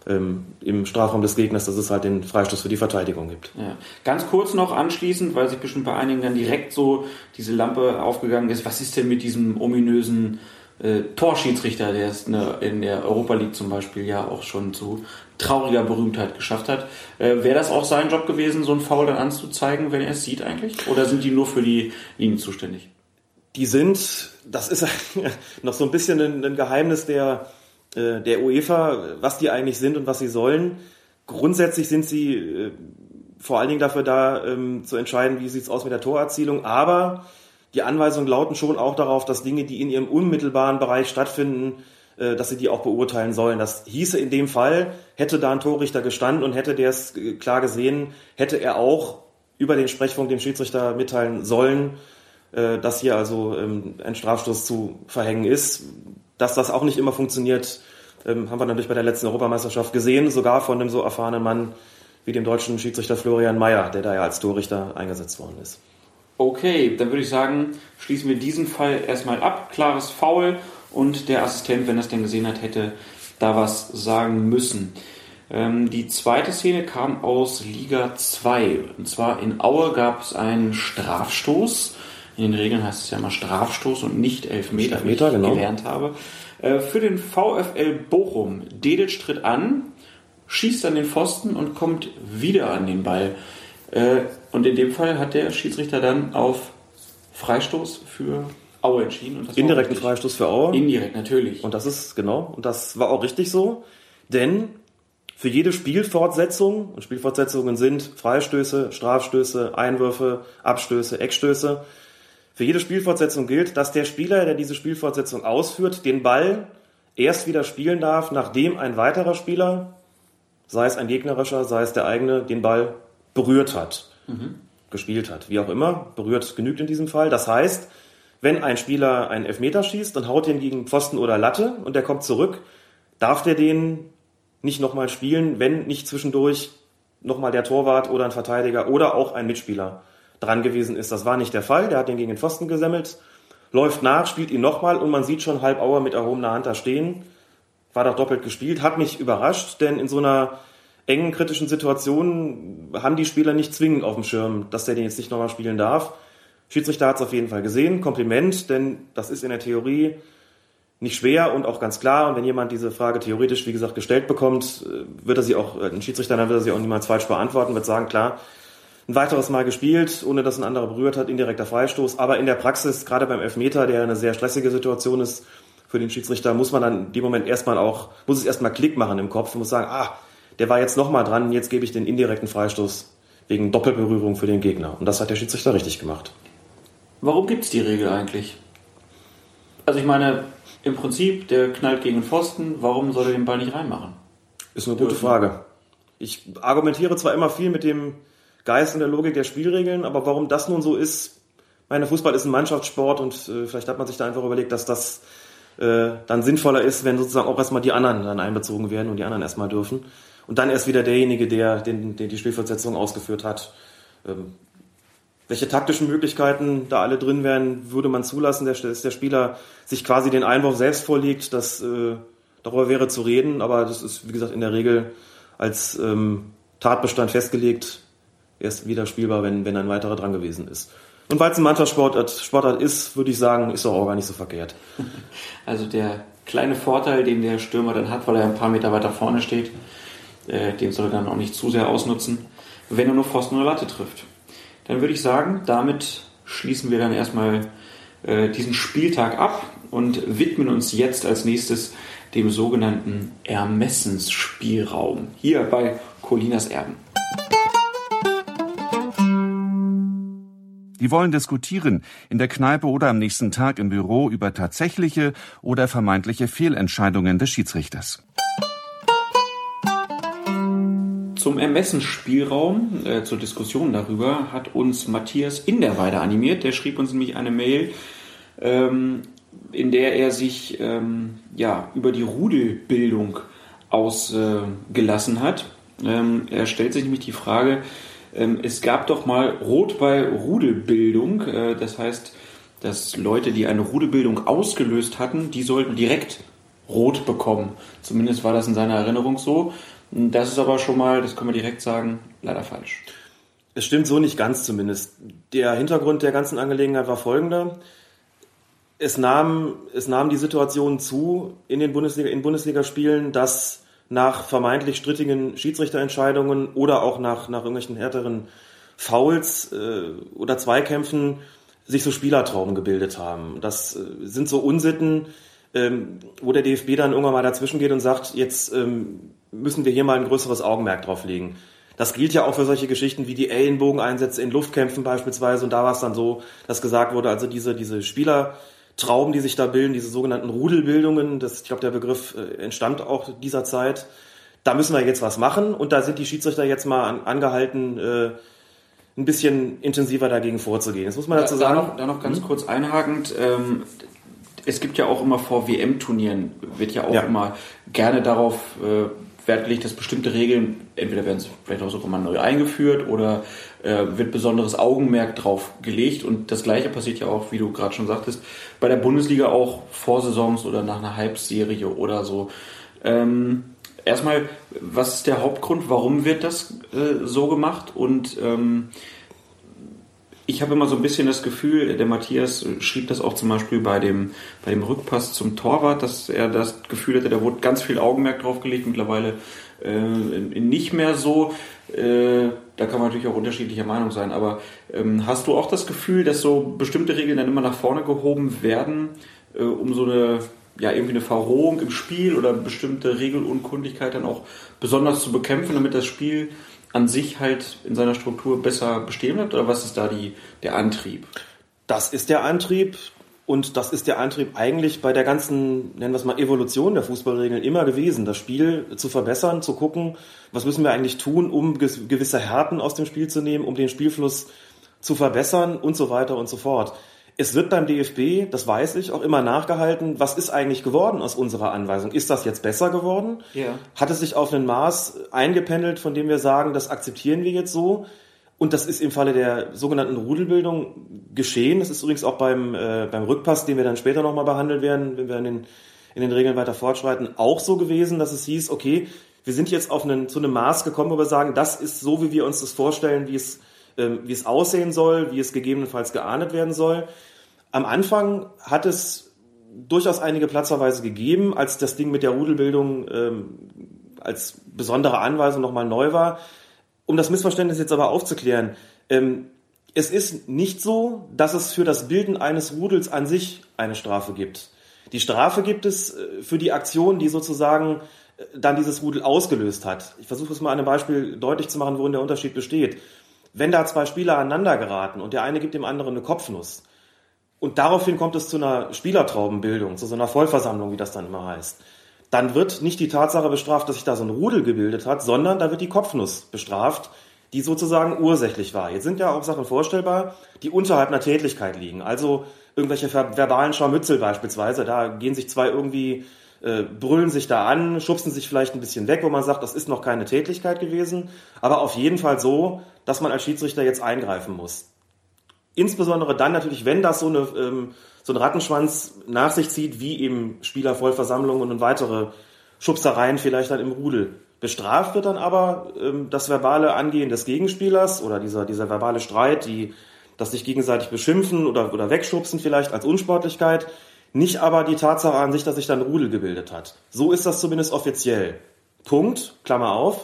im Strafraum des Gegners, dass es halt den Freistoß für die Verteidigung gibt. Ja. Ganz kurz noch anschließend, weil sich bestimmt bei einigen dann direkt so diese Lampe aufgegangen ist, was ist denn mit diesem ominösen Torschiedsrichter, der es in der Europa League zum Beispiel ja auch schon zu trauriger Berühmtheit geschafft hat. Wäre das auch sein Job gewesen, so ein Foul dann anzuzeigen, wenn er es sieht eigentlich? Oder sind die nur für die Linien zuständig? Das ist noch so ein bisschen ein Geheimnis der UEFA, was die eigentlich sind und was sie sollen. Grundsätzlich sind sie vor allen Dingen dafür da, zu entscheiden, wie sieht es aus mit der Torerzielung, aber die Anweisungen lauten schon auch darauf, dass Dinge, die in ihrem unmittelbaren Bereich stattfinden, dass sie die auch beurteilen sollen. Das hieße in dem Fall, hätte da ein Torrichter gestanden und hätte der es klar gesehen, hätte er auch über den Sprechfunk dem Schiedsrichter mitteilen sollen, dass hier also ein Strafstoß zu verhängen ist. Dass das auch nicht immer funktioniert, haben wir natürlich bei der letzten Europameisterschaft gesehen, sogar von einem so erfahrenen Mann wie dem deutschen Schiedsrichter Florian Mayer, der da ja als Torrichter eingesetzt worden ist. Okay, dann würde ich sagen, schließen wir diesen Fall erstmal ab. Klares Foul und der Assistent, wenn er es denn gesehen hat, hätte da was sagen müssen. Die zweite Szene kam aus Liga 2. Und zwar in Aue gab es einen Strafstoß. In den Regeln heißt es ja immer Strafstoß und nicht Elfmeter, wie ich gelernt habe. Für den VfL Bochum. Dedic tritt an, schießt an den Pfosten und kommt wieder an den Ball. Und in dem Fall hat der Schiedsrichter dann auf Freistoß für Aue entschieden. Und das indirekten Freistoß für Aue. Indirekt, natürlich. Und das ist, genau, und das war auch richtig so. Denn für jede Spielfortsetzung, und Spielfortsetzungen sind Freistöße, Strafstöße, Einwürfe, Abstöße, Eckstöße, für jede Spielfortsetzung gilt, dass der Spieler, der diese Spielfortsetzung ausführt, den Ball erst wieder spielen darf, nachdem ein weiterer Spieler, sei es ein gegnerischer, sei es der eigene, den Ball berührt hat, gespielt hat, wie auch immer. Berührt genügt in diesem Fall. Das heißt, wenn ein Spieler einen Elfmeter schießt und haut den gegen Pfosten oder Latte und der kommt zurück, darf der den nicht nochmal spielen, wenn nicht zwischendurch nochmal der Torwart oder ein Verteidiger oder auch ein Mitspieler dran gewesen ist. Das war nicht der Fall. Der hat den gegen den Pfosten gesemmelt, läuft nach, spielt ihn nochmal und man sieht schon halb Auer mit erhobener Hand da stehen. War doch doppelt gespielt. Hat mich überrascht, denn in so einer engen, kritischen Situation haben die Spieler nicht zwingend auf dem Schirm, dass der den jetzt nicht nochmal spielen darf. Schiedsrichter hat es auf jeden Fall gesehen. Kompliment, denn das ist in der Theorie nicht schwer und auch ganz klar. Und wenn jemand diese Frage theoretisch, wie gesagt, gestellt bekommt, wird er sie auch, ein Schiedsrichter, dann wird er sie auch niemals falsch beantworten, wird sagen, klar, ein weiteres Mal gespielt, ohne dass ein anderer berührt hat, indirekter Freistoß. Aber in der Praxis, gerade beim Elfmeter, der eine sehr stressige Situation ist für den Schiedsrichter, muss man dann in dem Moment muss es erstmal Klick machen im Kopf und muss sagen, der war jetzt nochmal dran, jetzt gebe ich den indirekten Freistoß wegen Doppelberührung für den Gegner. Und das hat der Schiedsrichter richtig gemacht. Warum gibt es die Regel eigentlich? Also ich meine, im Prinzip, der knallt gegen den Pfosten, warum soll er den Ball nicht reinmachen? Ist eine gute Frage. Ich argumentiere zwar immer viel mit dem Geist und der Logik der Spielregeln, aber warum das nun so ist, meine, Fußball ist ein Mannschaftssport und vielleicht hat man sich da einfach überlegt, dass das dann sinnvoller ist, wenn sozusagen auch erstmal die anderen dann einbezogen werden und die anderen erstmal dürfen. Und dann erst wieder derjenige, der die Spielfortsetzung ausgeführt hat. Welche taktischen Möglichkeiten da alle drin wären, würde man zulassen, dass der Spieler sich quasi den Einwurf selbst vorlegt, darüber wäre zu reden, aber das ist, wie gesagt, in der Regel als Tatbestand festgelegt, erst wieder spielbar, wenn ein weiterer dran gewesen ist. Und weil es ein Mannschaftssportart ist, würde ich sagen, ist doch auch gar nicht so verkehrt. Also der kleine Vorteil, den der Stürmer dann hat, weil er ein paar Meter weiter vorne steht, den soll er dann auch nicht zu sehr ausnutzen, wenn er nur Pfosten oder Latte trifft. Dann würde ich sagen, damit schließen wir dann erstmal diesen Spieltag ab und widmen uns jetzt als nächstes dem sogenannten Ermessensspielraum hier bei Colinas Erben. Die wollen diskutieren, in der Kneipe oder am nächsten Tag im Büro über tatsächliche oder vermeintliche Fehlentscheidungen des Schiedsrichters. Zum Ermessensspielraum, zur Diskussion darüber, hat uns Matthias Inderweide animiert. Der schrieb uns nämlich eine Mail, in der er sich über die Rudelbildung ausgelassen hat. Er stellt sich nämlich die Frage, es gab doch mal Rot bei Rudelbildung. Das heißt, dass Leute, die eine Rudelbildung ausgelöst hatten, die sollten direkt Rot bekommen. Zumindest war das in seiner Erinnerung so. Das ist aber schon mal, das können wir direkt sagen, leider falsch. Es stimmt so nicht ganz zumindest. Der Hintergrund der ganzen Angelegenheit war folgender. Es nahm die Situation zu in Bundesligaspielen, dass nach vermeintlich strittigen Schiedsrichterentscheidungen oder auch nach irgendwelchen härteren Fouls oder Zweikämpfen sich so Spielertrauben gebildet haben. Das sind so Unsitten, wo der DFB dann irgendwann mal dazwischen geht und sagt, jetzt müssen wir hier mal ein größeres Augenmerk drauf legen. Das gilt ja auch für solche Geschichten wie die Ellenbogeneinsätze in Luftkämpfen beispielsweise. Und da war es dann so, dass gesagt wurde, also diese Spielertrauben, die sich da bilden, diese sogenannten Rudelbildungen, ich glaube, der Begriff entstammt auch dieser Zeit. Da müssen wir jetzt was machen. Und da sind die Schiedsrichter jetzt mal angehalten, ein bisschen intensiver dagegen vorzugehen. Das muss man dazu sagen. Da noch ganz kurz einhakend. Es gibt ja auch immer vor WM-Turnieren, wird ja auch immer gerne darauf Wert gelegt, dass bestimmte Regeln, entweder werden sie vielleicht auch sogar mal neu eingeführt oder wird besonderes Augenmerk drauf gelegt. Und das Gleiche passiert ja auch, wie du gerade schon sagtest, bei der Bundesliga auch vor Saisons oder nach einer Halbserie oder so. erstmal, was ist der Hauptgrund, warum wird das so gemacht? Und ich habe immer so ein bisschen das Gefühl, der Matthias schrieb das auch zum Beispiel bei dem Rückpass zum Torwart, dass er das Gefühl hatte, da wurde ganz viel Augenmerk drauf gelegt, mittlerweile nicht mehr so. Da kann man natürlich auch unterschiedlicher Meinung sein, aber hast du auch das Gefühl, dass so bestimmte Regeln dann immer nach vorne gehoben werden, um so irgendwie eine Verrohung im Spiel oder bestimmte Regelunkundigkeit dann auch besonders zu bekämpfen, damit das Spiel an sich halt in seiner Struktur besser bestehen bleibt? Oder was ist da der Antrieb? Das ist der Antrieb und das ist der Antrieb eigentlich bei der ganzen, nennen wir es mal, Evolution der Fußballregeln immer gewesen, das Spiel zu verbessern, zu gucken, was müssen wir eigentlich tun, um gewisse Härten aus dem Spiel zu nehmen, um den Spielfluss zu verbessern und so weiter und so fort. Es wird beim DFB, das weiß ich, auch immer nachgehalten, was ist eigentlich geworden aus unserer Anweisung? Ist das jetzt besser geworden? Ja. Hat es sich auf ein Maß eingependelt, von dem wir sagen, das akzeptieren wir jetzt so? Und das ist im Falle der sogenannten Rudelbildung geschehen. Das ist übrigens auch beim Rückpass, den wir dann später nochmal behandeln werden, wenn wir in den Regeln weiter fortschreiten, auch so gewesen, dass es hieß, okay, wir sind jetzt zu einem Maß gekommen, wo wir sagen, das ist so, wie wir uns das vorstellen, wie es aussehen soll, wie es gegebenenfalls geahndet werden soll. Am Anfang hat es durchaus einige Platzverweise gegeben, als das Ding mit der Rudelbildung als besondere Anweisung nochmal neu war. Um das Missverständnis jetzt aber aufzuklären, es ist nicht so, dass es für das Bilden eines Rudels an sich eine Strafe gibt. Die Strafe gibt es für die Aktion, die sozusagen dann dieses Rudel ausgelöst hat. Ich versuche es mal an einem Beispiel deutlich zu machen, worin der Unterschied besteht. Wenn da zwei Spieler aneinander geraten und der eine gibt dem anderen eine Kopfnuss, und daraufhin kommt es zu einer Spielertraubenbildung, zu so einer Vollversammlung, wie das dann immer heißt. Dann wird nicht die Tatsache bestraft, dass sich da so ein Rudel gebildet hat, sondern da wird die Kopfnuss bestraft, die sozusagen ursächlich war. Jetzt sind ja auch Sachen vorstellbar, die unterhalb einer Tätlichkeit liegen. Also irgendwelche verbalen Scharmützel beispielsweise. Da gehen sich zwei irgendwie, brüllen sich da an, schubsen sich vielleicht ein bisschen weg, wo man sagt, das ist noch keine Tätlichkeit gewesen. Aber auf jeden Fall so, dass man als Schiedsrichter jetzt eingreifen muss. Insbesondere dann natürlich, wenn das so ein Rattenschwanz nach sich zieht, wie eben Spielervollversammlungen und weitere Schubsereien vielleicht dann im Rudel. Bestraft wird dann aber das verbale Angehen des Gegenspielers oder dieser verbale Streit, das sich gegenseitig beschimpfen oder wegschubsen vielleicht als Unsportlichkeit, nicht aber die Tatsache an sich, dass sich dann ein Rudel gebildet hat. So ist das zumindest offiziell. Punkt, Klammer auf.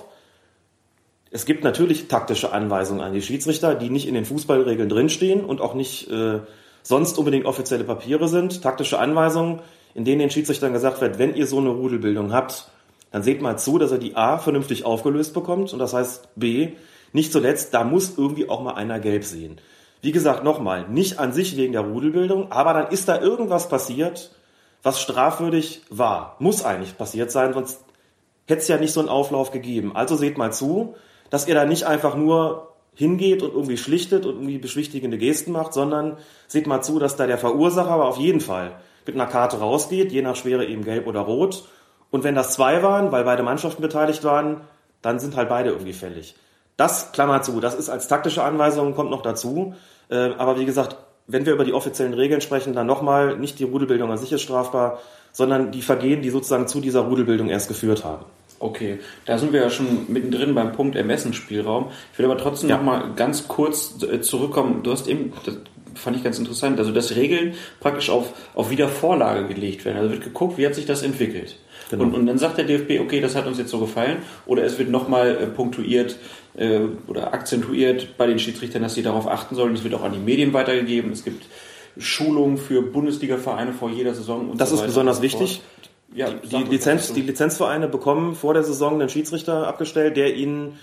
Es gibt natürlich taktische Anweisungen an die Schiedsrichter, die nicht in den Fußballregeln drinstehen und auch nicht sonst unbedingt offizielle Papiere sind. Taktische Anweisungen, in denen den Schiedsrichtern gesagt wird, wenn ihr so eine Rudelbildung habt, dann seht mal zu, dass er die A vernünftig aufgelöst bekommt und das heißt B, nicht zuletzt, da muss irgendwie auch mal einer gelb sehen. Wie gesagt, nochmal, nicht an sich wegen der Rudelbildung, aber dann ist da irgendwas passiert, was strafwürdig war. Muss eigentlich passiert sein, sonst hätte es ja nicht so einen Auflauf gegeben. Also seht mal zu, dass ihr da nicht einfach nur hingeht und irgendwie schlichtet und irgendwie beschwichtigende Gesten macht, sondern seht mal zu, dass da der Verursacher aber auf jeden Fall mit einer Karte rausgeht, je nach Schwere eben gelb oder rot. Und wenn das 2 waren, weil beide Mannschaften beteiligt waren, dann sind halt beide irgendwie fällig. Das, Klammer zu, das ist als taktische Anweisung, kommt noch dazu. Aber wie gesagt, wenn wir über die offiziellen Regeln sprechen, dann nochmal, nicht die Rudelbildung an sich ist strafbar, sondern die Vergehen, die sozusagen zu dieser Rudelbildung erst geführt haben. Okay, da sind wir ja schon mittendrin beim Punkt Ermessensspielraum. Ich will aber trotzdem noch mal ganz kurz zurückkommen. Du hast eben, das fand ich ganz interessant, also dass Regeln praktisch auf Wiedervorlage gelegt werden. Also wird geguckt, wie hat sich das entwickelt. Genau. Und dann sagt der DFB, okay, das hat uns jetzt so gefallen. Oder es wird nochmal punktuiert oder akzentuiert bei den Schiedsrichtern, dass sie darauf achten sollen. Es wird auch an die Medien weitergegeben. Es gibt Schulungen für Bundesliga-Vereine vor jeder Saison. Und das so ist weiter besonders wichtig. Ja, die Lizenzvereine bekommen vor der Saison einen Schiedsrichter abgestellt, der ihnen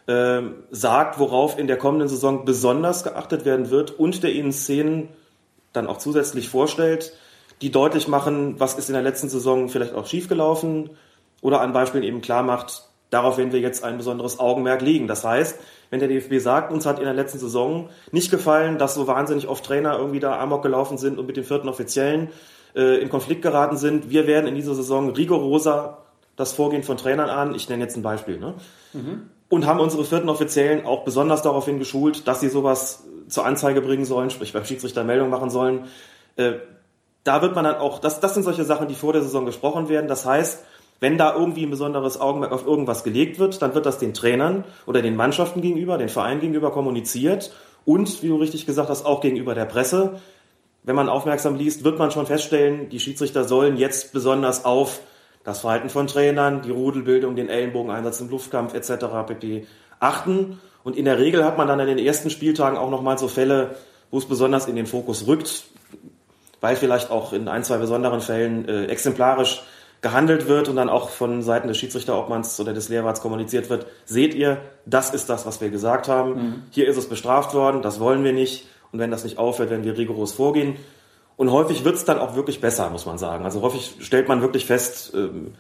sagt, worauf in der kommenden Saison besonders geachtet werden wird und der ihnen Szenen dann auch zusätzlich vorstellt, die deutlich machen, was ist in der letzten Saison vielleicht auch schiefgelaufen oder an Beispielen eben klar macht, darauf werden wir jetzt ein besonderes Augenmerk legen. Das heißt, wenn der DFB sagt, uns hat in der letzten Saison nicht gefallen, dass so wahnsinnig oft Trainer irgendwie da amok gelaufen sind und mit dem 4. Offiziellen in Konflikt geraten sind, wir werden in dieser Saison rigoroser das Vorgehen von Trainern an, ich nenne jetzt ein Beispiel, ne? Und haben unsere 4. Offiziellen auch besonders daraufhin geschult, dass sie sowas zur Anzeige bringen sollen, sprich beim Schiedsrichter Meldung machen sollen. Da wird man dann auch, das sind solche Sachen, die vor der Saison gesprochen werden. Das heißt, wenn da irgendwie ein besonderes Augenmerk auf irgendwas gelegt wird, dann wird das den Trainern oder den Mannschaften gegenüber, den Vereinen gegenüber kommuniziert und, wie du richtig gesagt hast, auch gegenüber der Presse. Wenn man aufmerksam liest, wird man schon feststellen, die Schiedsrichter sollen jetzt besonders auf das Verhalten von Trainern, die Rudelbildung, den Ellenbogeneinsatz im Luftkampf etc. pp. Achten. Und in der Regel hat man dann an den ersten Spieltagen auch nochmal so Fälle, wo es besonders in den Fokus rückt, weil vielleicht auch in 1, 2 besonderen Fällen exemplarisch gehandelt wird und dann auch von Seiten des Schiedsrichterobmanns oder des Lehrwarts kommuniziert wird, seht ihr, das ist das, was wir gesagt haben. Hier ist es bestraft worden, das wollen wir nicht. Und wenn das nicht aufhört, werden wir rigoros vorgehen. Und häufig wird es dann auch wirklich besser, muss man sagen. Also häufig stellt man wirklich fest,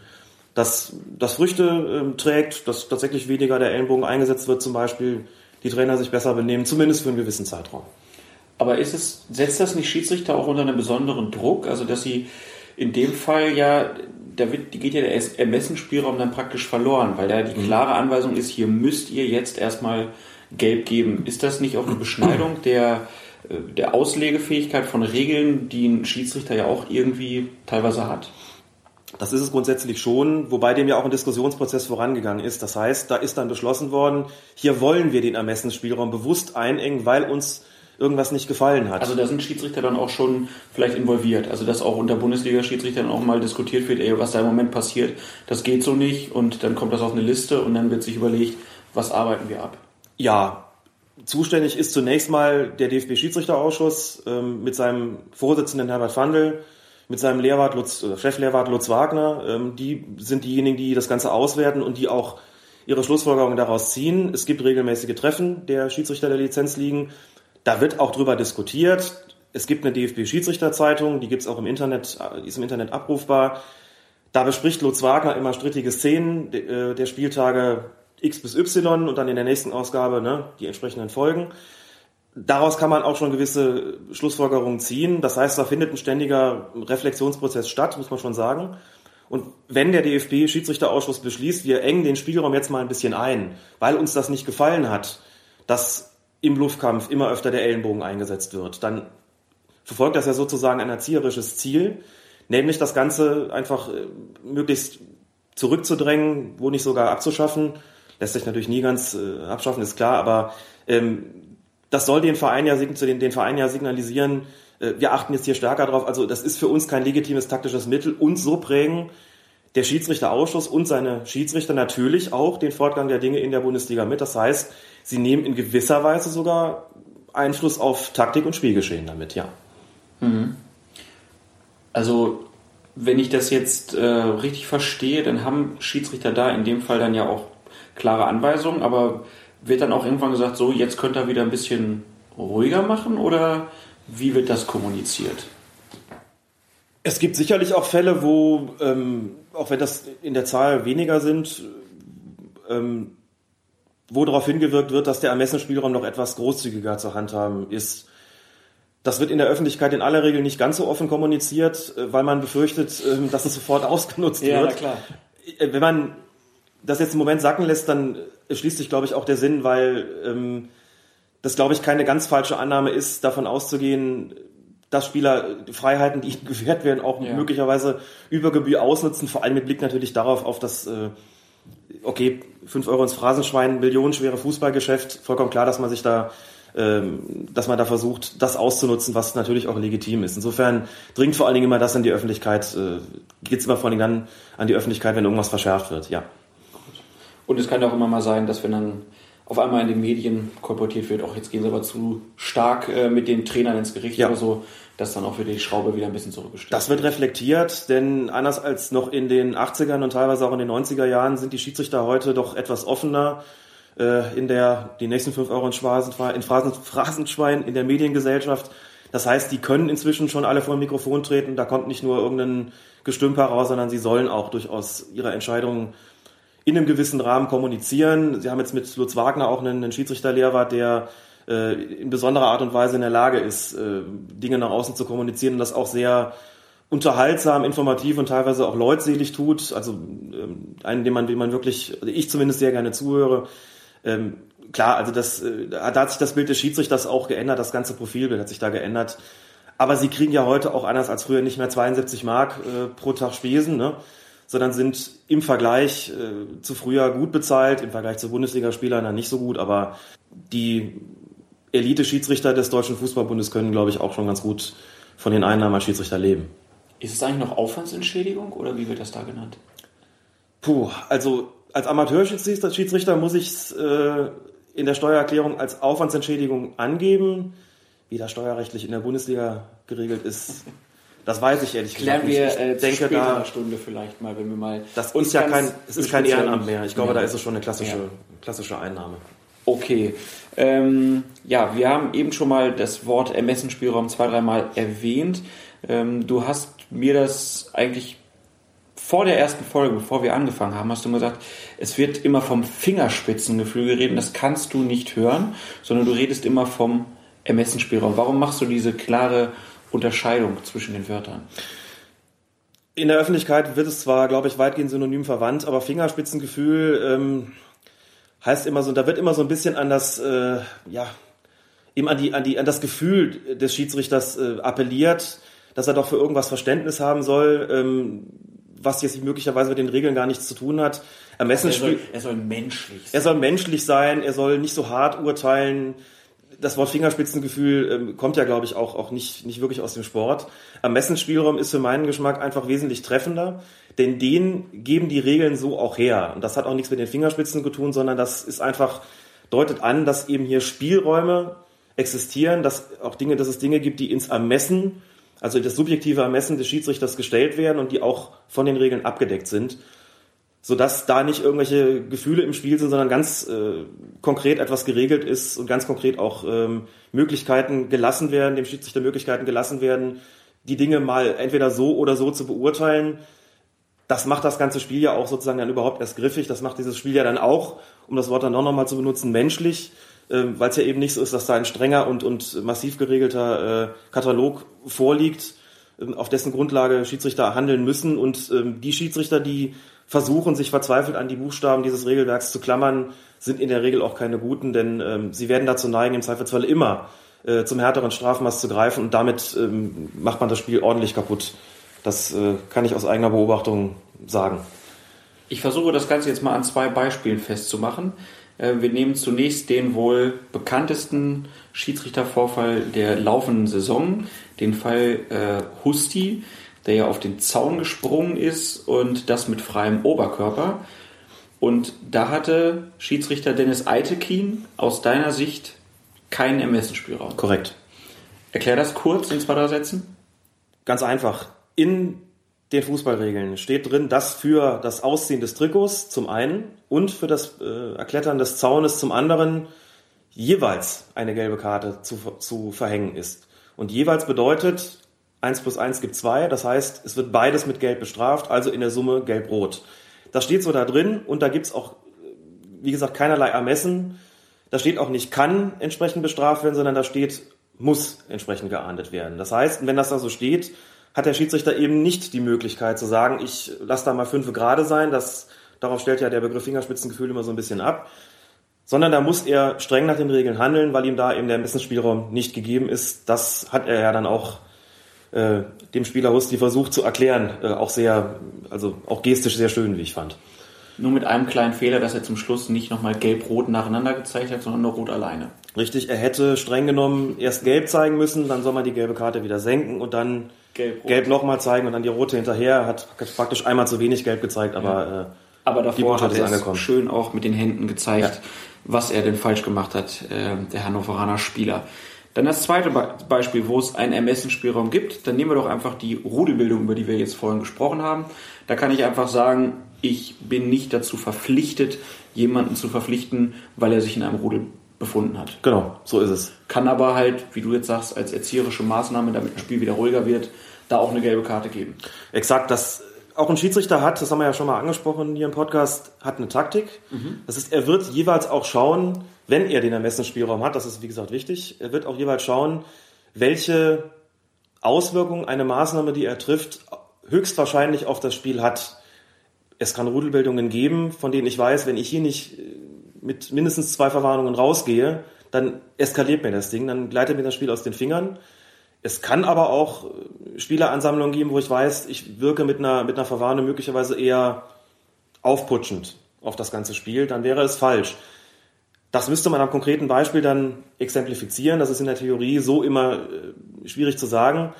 dass das Früchte trägt, dass tatsächlich weniger der Ellenbogen eingesetzt wird zum Beispiel, die Trainer sich besser benehmen, zumindest für einen gewissen Zeitraum. Aber setzt das nicht Schiedsrichter auch unter einen besonderen Druck? Also dass sie in dem Fall geht ja der Ermessensspielraum dann praktisch verloren, weil da die klare Anweisung ist, hier müsst ihr jetzt erstmal gelb geben. Ist das nicht auch eine Beschneidung der Auslegefähigkeit von Regeln, die ein Schiedsrichter ja auch irgendwie teilweise hat? Das ist es grundsätzlich schon, wobei dem ja auch ein Diskussionsprozess vorangegangen ist. Das heißt, da ist dann beschlossen worden, hier wollen wir den Ermessensspielraum bewusst einengen, weil uns irgendwas nicht gefallen hat. Also da sind Schiedsrichter dann auch schon vielleicht involviert. Also dass auch unter Bundesliga-Schiedsrichtern auch mal diskutiert wird, was da im Moment passiert, das geht so nicht und dann kommt das auf eine Liste und dann wird sich überlegt, was arbeiten wir ab. Ja, zuständig ist zunächst mal der DFB-Schiedsrichterausschuss mit seinem Vorsitzenden Herbert Fandl, mit seinem Cheflehrwart Lutz Wagner. Die sind diejenigen, die das Ganze auswerten und die auch ihre Schlussfolgerungen daraus ziehen. Es gibt regelmäßige Treffen der Schiedsrichter der Lizenzligen. Da wird auch drüber diskutiert. Es gibt eine DFB-Schiedsrichterzeitung, die gibt's auch im Internet, die ist im Internet abrufbar. Da bespricht Lutz Wagner immer strittige Szenen der Spieltage X bis Y und dann in der nächsten Ausgabe die entsprechenden Folgen. Daraus kann man auch schon gewisse Schlussfolgerungen ziehen. Das heißt, da findet ein ständiger Reflexionsprozess statt, muss man schon sagen. Und wenn der DFB-Schiedsrichterausschuss beschließt, wir engen den Spielraum jetzt mal ein bisschen ein, weil uns das nicht gefallen hat, dass im Luftkampf immer öfter der Ellenbogen eingesetzt wird, dann verfolgt das ja sozusagen ein erzieherisches Ziel, nämlich das Ganze einfach möglichst zurückzudrängen, wo nicht sogar abzuschaffen. Lässt sich natürlich nie ganz abschaffen, ist klar, aber das soll den Verein ja signalisieren, wir achten jetzt hier stärker drauf. Also das ist für uns kein legitimes taktisches Mittel und so prägen der Schiedsrichterausschuss und seine Schiedsrichter natürlich auch den Fortgang der Dinge in der Bundesliga mit. Das heißt, sie nehmen in gewisser Weise sogar Einfluss auf Taktik und Spielgeschehen damit, ja. Also wenn ich das jetzt richtig verstehe, dann haben Schiedsrichter da in dem Fall dann ja auch klare Anweisungen, aber wird dann auch irgendwann gesagt, so jetzt könnt ihr wieder ein bisschen ruhiger machen oder wie wird das kommuniziert? Es gibt sicherlich auch Fälle, wo, auch wenn das in der Zahl weniger sind, wo darauf hingewirkt wird, dass der Ermessensspielraum noch etwas großzügiger zu handhaben ist. Das wird in der Öffentlichkeit in aller Regel nicht ganz so offen kommuniziert, weil man befürchtet, dass es sofort ausgenutzt wird. Ja, klar. Wenn man das jetzt im Moment sacken lässt, dann schließt sich, glaube ich, auch der Sinn, weil das, glaube ich, keine ganz falsche Annahme ist, davon auszugehen, dass Spieler Freiheiten, die ihnen gewährt werden, auch möglicherweise über Gebühr ausnutzen, vor allem mit Blick natürlich darauf, auf das 5 Euro ins Phrasenschwein, millionenschwere Fußballgeschäft, vollkommen klar, dass man sich da versucht, das auszunutzen, was natürlich auch legitim ist. Insofern dringt vor allen Dingen immer das in die Öffentlichkeit, geht es immer vor allen Dingen dann an die Öffentlichkeit, wenn irgendwas verschärft wird, ja. Und es kann ja auch immer mal sein, dass wenn dann auf einmal in den Medien kolportiert wird, auch jetzt gehen sie aber zu stark mit den Trainern ins Gericht oder so, dass dann auch wieder die Schraube wieder ein bisschen zurückgestellt wird. Das wird reflektiert, denn anders als noch in den 80ern und teilweise auch in den 90er Jahren sind die Schiedsrichter heute doch etwas offener die nächsten 5 Euro in Phrasenschwein in der Mediengesellschaft. Das heißt, die können inzwischen schon alle vor dem Mikrofon treten, da kommt nicht nur irgendein Gestümper raus, sondern sie sollen auch durchaus ihre Entscheidungen in einem gewissen Rahmen kommunizieren. Sie haben jetzt mit Lutz Wagner auch einen Schiedsrichterlehrwart, der in besonderer Art und Weise in der Lage ist, Dinge nach außen zu kommunizieren und das auch sehr unterhaltsam, informativ und teilweise auch leutselig tut. Also einen, dem man wirklich, also ich zumindest sehr gerne zuhöre. Klar, also da hat sich das Bild des Schiedsrichters auch geändert, das ganze Profilbild hat sich da geändert. Aber sie kriegen ja heute auch anders als früher nicht mehr 72 Mark pro Tag Spesen, ne? sondern sind im Vergleich zu früher gut bezahlt, im Vergleich zu Bundesligaspielern dann nicht so gut, aber die Elite-Schiedsrichter des Deutschen Fußballbundes können, glaube ich, auch schon ganz gut von den Einnahmen als Schiedsrichter leben. Ist es eigentlich noch Aufwandsentschädigung oder wie wird das da genannt? Also als Amateurschiedsrichter muss ich es in der Steuererklärung als Aufwandsentschädigung angeben. Wie das steuerrechtlich in der Bundesliga geregelt ist, das weiß ich ehrlich gesagt nicht. Ich denke da Stunde vielleicht mal, wenn wir mal. Das ist ja kein Ehrenamt mehr. Ich glaube, da ist es schon eine klassische Einnahme. Okay. Wir haben eben schon mal das Wort Ermessensspielraum 2-3 Mal erwähnt. Du hast mir das eigentlich vor der ersten Folge, bevor wir angefangen haben, hast du gesagt, es wird immer vom Fingerspitzengefühl geredet. Das kannst du nicht hören, sondern du redest immer vom Ermessensspielraum. Warum machst du diese klare Unterscheidung zwischen den Wörtern? In der Öffentlichkeit wird es zwar, glaube ich, weitgehend synonym verwandt, aber Fingerspitzengefühl heißt immer so, da wird immer so ein bisschen an das, eben an das Gefühl des Schiedsrichters appelliert, dass er doch für irgendwas Verständnis haben soll, was jetzt möglicherweise mit den Regeln gar nichts zu tun hat. Er soll menschlich sein. Er soll menschlich sein, er soll nicht so hart urteilen. Das Wort Fingerspitzengefühl kommt ja, glaube ich, auch nicht wirklich aus dem Sport. Ermessensspielraum ist für meinen Geschmack einfach wesentlich treffender, denn den geben die Regeln so auch her. Und das hat auch nichts mit den Fingerspitzen zu tun, sondern das ist einfach, deutet an, dass eben hier Spielräume existieren, dass es Dinge gibt, die ins Ermessen, also das subjektive Ermessen des Schiedsrichters gestellt werden und die auch von den Regeln abgedeckt sind, sodass da nicht irgendwelche Gefühle im Spiel sind, sondern ganz konkret etwas geregelt ist und ganz konkret auch Möglichkeiten gelassen werden, dem Schiedsrichter Möglichkeiten gelassen werden, die Dinge mal entweder so oder so zu beurteilen. Das macht das ganze Spiel ja auch sozusagen dann überhaupt erst griffig. Das macht dieses Spiel ja dann auch, um das Wort dann auch nochmal zu benutzen, menschlich, weil es ja eben nicht so ist, dass da ein strenger und massiv geregelter Katalog vorliegt, auf dessen Grundlage Schiedsrichter handeln müssen. Und die Schiedsrichter, die versuchen, sich verzweifelt an die Buchstaben dieses Regelwerks zu klammern, sind in der Regel auch keine guten, denn sie werden dazu neigen, im Zweifelsfall immer zum härteren Strafmaß zu greifen und damit macht man das Spiel ordentlich kaputt. Das kann ich aus eigener Beobachtung sagen. Ich versuche das Ganze jetzt mal an 2 Beispielen festzumachen. Wir nehmen zunächst den wohl bekanntesten Schiedsrichtervorfall der laufenden Saison, den Fall Husti, der ja auf den Zaun gesprungen ist und das mit freiem Oberkörper. Und da hatte Schiedsrichter Dennis Eitekin aus deiner Sicht keinen Ermessensspielraum. Korrekt. Erklär das kurz in 2-3 Sätzen. Ganz einfach. In den Fußballregeln steht drin, dass für das Ausziehen des Trikots zum einen und für das Erklettern des Zaunes zum anderen jeweils eine gelbe Karte zu verhängen ist. Und jeweils bedeutet 1 + 1 gibt 2, das heißt, es wird beides mit Gelb bestraft, also in der Summe Gelb-Rot. Das steht so da drin und da gibt's auch, wie gesagt, keinerlei Ermessen. Da steht auch nicht kann entsprechend bestraft werden, sondern da steht muss entsprechend geahndet werden. Das heißt, wenn das da so steht, hat der Schiedsrichter eben nicht die Möglichkeit zu sagen, ich lasse da mal 5 gerade sein, darauf stellt ja der Begriff Fingerspitzengefühl immer so ein bisschen ab, sondern da muss er streng nach den Regeln handeln, weil ihm da eben der Ermessensspielraum nicht gegeben ist. Das hat er ja dann auch dem Spieler Husti versucht zu erklären, auch gestisch sehr schön, wie ich fand. Nur mit einem kleinen Fehler, dass er zum Schluss nicht nochmal Gelb-Rot nacheinander gezeigt hat, sondern nur Rot alleine. Richtig, er hätte streng genommen erst Gelb zeigen müssen, dann soll man die gelbe Karte wieder senken und dann Gelb nochmal zeigen und dann die rote hinterher. Hat praktisch einmal zu wenig Gelb gezeigt, aber davor hat er es schön auch mit den Händen gezeigt, was er denn falsch gemacht hat, der Hannoveraner Spieler. Dann das zweite Beispiel, wo es einen Ermessensspielraum gibt. Dann nehmen wir doch einfach die Rudelbildung, über die wir jetzt vorhin gesprochen haben. Da kann ich einfach sagen, ich bin nicht dazu verpflichtet, jemanden zu verpflichten, weil er sich in einem Rudel befunden hat. Genau, so ist es. Kann aber halt, wie du jetzt sagst, als erzieherische Maßnahme, damit ein Spiel wieder ruhiger wird, da auch eine gelbe Karte geben. Exakt, das auch ein Schiedsrichter hat, das haben wir ja schon mal angesprochen hier im Podcast, hat eine Taktik. Das ist, er wird jeweils auch schauen, wenn er den Ermessensspielraum hat, das ist wie gesagt wichtig, er wird auch jeweils schauen, welche Auswirkungen eine Maßnahme, die er trifft, höchstwahrscheinlich auf das Spiel hat. Es kann Rudelbildungen geben, von denen ich weiß, wenn ich hier nicht mit mindestens 2 Verwarnungen rausgehe, dann eskaliert mir das Ding, dann gleitet mir das Spiel aus den Fingern. Es kann aber auch Spieleransammlungen geben, wo ich weiß, ich wirke mit einer Verwarnung möglicherweise eher aufputschend auf das ganze Spiel, dann wäre es falsch. Das müsste man am konkreten Beispiel dann exemplifizieren. Das ist in der Theorie so immer schwierig zu sagen.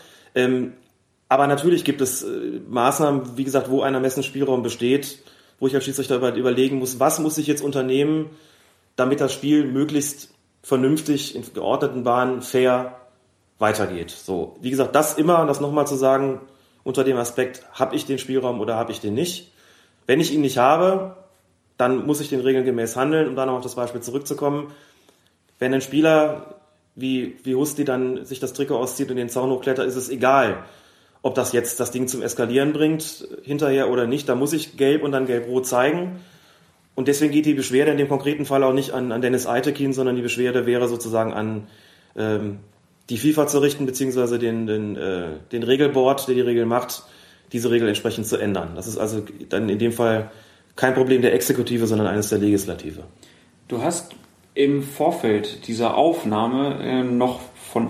Aber natürlich gibt es Maßnahmen, wie gesagt, wo ein Ermessensspielraum besteht, wo ich als Schiedsrichter überlegen muss, was muss ich jetzt unternehmen, damit das Spiel möglichst vernünftig in geordneten Bahnen fair weitergeht. So, wie gesagt, das nochmal zu sagen, unter dem Aspekt, habe ich den Spielraum oder habe ich den nicht. Wenn ich ihn nicht habe, dann muss ich den Regeln gemäß handeln, um dann noch auf das Beispiel zurückzukommen. Wenn ein Spieler wie Husti dann sich das Trikot auszieht und den Zaun hochklettert, ist es egal, ob das jetzt das Ding zum Eskalieren bringt, hinterher oder nicht. Da muss ich gelb und dann gelb-rot zeigen. Und deswegen geht die Beschwerde in dem konkreten Fall auch nicht an Dennis Eitekin, sondern die Beschwerde wäre sozusagen an die FIFA zu richten, beziehungsweise den Regelboard, der die Regel macht, diese Regel entsprechend zu ändern. Das ist also dann in dem Fall kein Problem der Exekutive, sondern eines der Legislative. Du hast im Vorfeld dieser Aufnahme noch von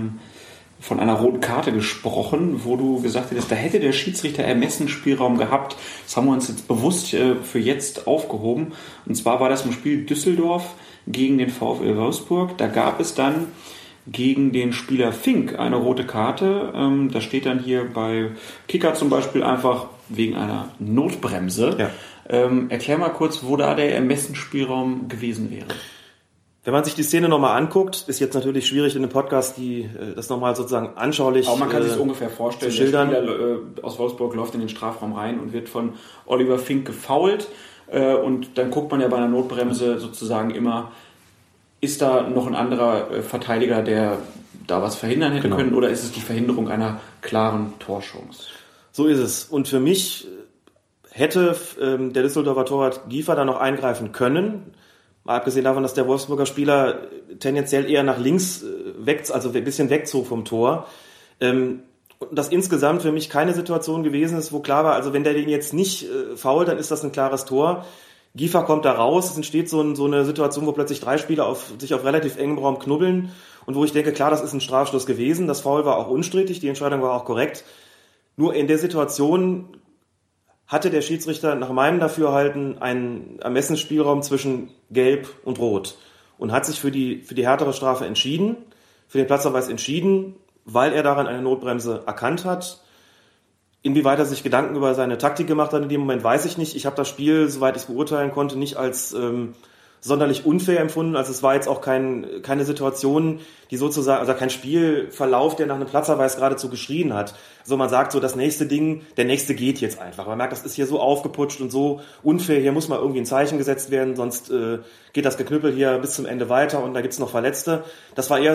einer roten Karte gesprochen, wo du gesagt hättest, da hätte der Schiedsrichter Ermessensspielraum gehabt. Das haben wir uns jetzt bewusst für jetzt aufgehoben. Und zwar war das im Spiel Düsseldorf gegen den VfL Wolfsburg. Da gab es dann gegen den Spieler Fink eine rote Karte. Da steht dann hier bei Kicker zum Beispiel einfach wegen einer Notbremse. Ja. Erklär mal kurz, wo da der Ermessensspielraum gewesen wäre. Wenn man sich die Szene nochmal anguckt, ist jetzt natürlich schwierig in einem Podcast das nochmal sozusagen anschaulich aber man kann sich das ungefähr vorstellen. Der Spieler aus Wolfsburg läuft in den Strafraum rein und wird von Oliver Fink gefoult. Und dann guckt man ja bei einer Notbremse sozusagen immer, ist da noch ein anderer Verteidiger, der da was verhindern hätte können, oder ist es die Verhinderung einer klaren Torchance? So ist es. Und für mich hätte der Düsseldorfer Torwart Giefer da noch eingreifen können. Mal abgesehen davon, dass der Wolfsburger Spieler tendenziell eher nach links also ein bisschen wegzog vom Tor. Und das insgesamt für mich keine Situation gewesen ist, wo klar war, also wenn der den jetzt nicht foult, dann ist das ein klares Tor. Giefer kommt da raus, es entsteht so eine Situation, wo plötzlich 3 Spieler sich auf relativ engem Raum knubbeln und wo ich denke, klar, das ist ein Strafstoß gewesen, das Foul war auch unstrittig, die Entscheidung war auch korrekt. Nur in der Situation hatte der Schiedsrichter nach meinem Dafürhalten einen Ermessensspielraum zwischen Gelb und Rot und hat sich für die härtere Strafe entschieden, für den Platzverweis entschieden, weil er daran eine Notbremse erkannt hat. Inwieweit er sich Gedanken über seine Taktik gemacht hat in dem Moment, weiß ich nicht. Ich habe das Spiel, soweit ich es beurteilen konnte, nicht als sonderlich unfair empfunden. Also es war jetzt auch keine Situation, die sozusagen, also kein Spielverlauf, der nach einem Platzverweis geradezu geschrien hat. Also man sagt so, das nächste Ding, der nächste geht jetzt einfach. Man merkt, das ist hier so aufgeputscht und so unfair. Hier muss mal irgendwie ein Zeichen gesetzt werden, sonst geht das Geknüppel hier bis zum Ende weiter und da gibt's noch Verletzte. Das war eher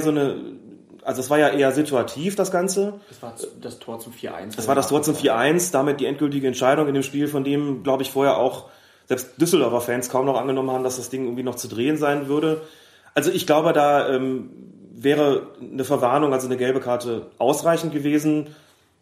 es war ja eher situativ, das Ganze. Das war das Tor zum 4-1. Das war das Tor zum 4-1, damit die endgültige Entscheidung in dem Spiel, von dem, glaube ich, vorher auch selbst Düsseldorfer Fans kaum noch angenommen haben, dass das Ding irgendwie noch zu drehen sein würde. Also ich glaube, da wäre eine Verwarnung, also eine gelbe Karte, ausreichend gewesen.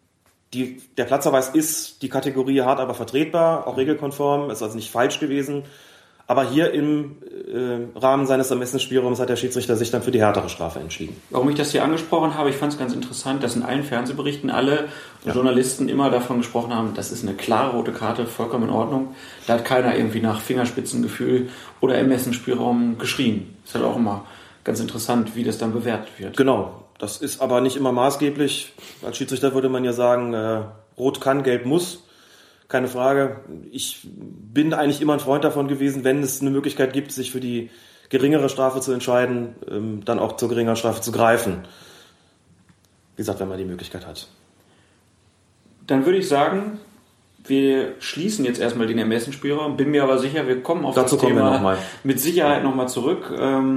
Der Platzverweis ist die Kategorie hart, aber vertretbar, auch regelkonform, ist also nicht falsch gewesen. Aber hier im Rahmen seines Ermessensspielraums hat der Schiedsrichter sich dann für die härtere Strafe entschieden. Warum ich das hier angesprochen habe, ich fand es ganz interessant, dass in allen Fernsehberichten alle Journalisten immer davon gesprochen haben, das ist eine klare rote Karte, vollkommen in Ordnung. Da hat keiner irgendwie nach Fingerspitzengefühl oder Ermessensspielraum geschrien. Ist halt auch immer ganz interessant, wie das dann bewertet wird. Genau, das ist aber nicht immer maßgeblich. Als Schiedsrichter würde man ja sagen, rot kann, gelb muss. Keine Frage. Ich bin eigentlich immer ein Freund davon gewesen, wenn es eine Möglichkeit gibt, sich für die geringere Strafe zu entscheiden, dann auch zur geringeren Strafe zu greifen. Wie gesagt, wenn man die Möglichkeit hat. Dann würde ich sagen, wir schließen jetzt erstmal den Ermessensspielraum. Bin mir aber sicher, wir kommen auf dazu das Thema wir mit Sicherheit nochmal zurück.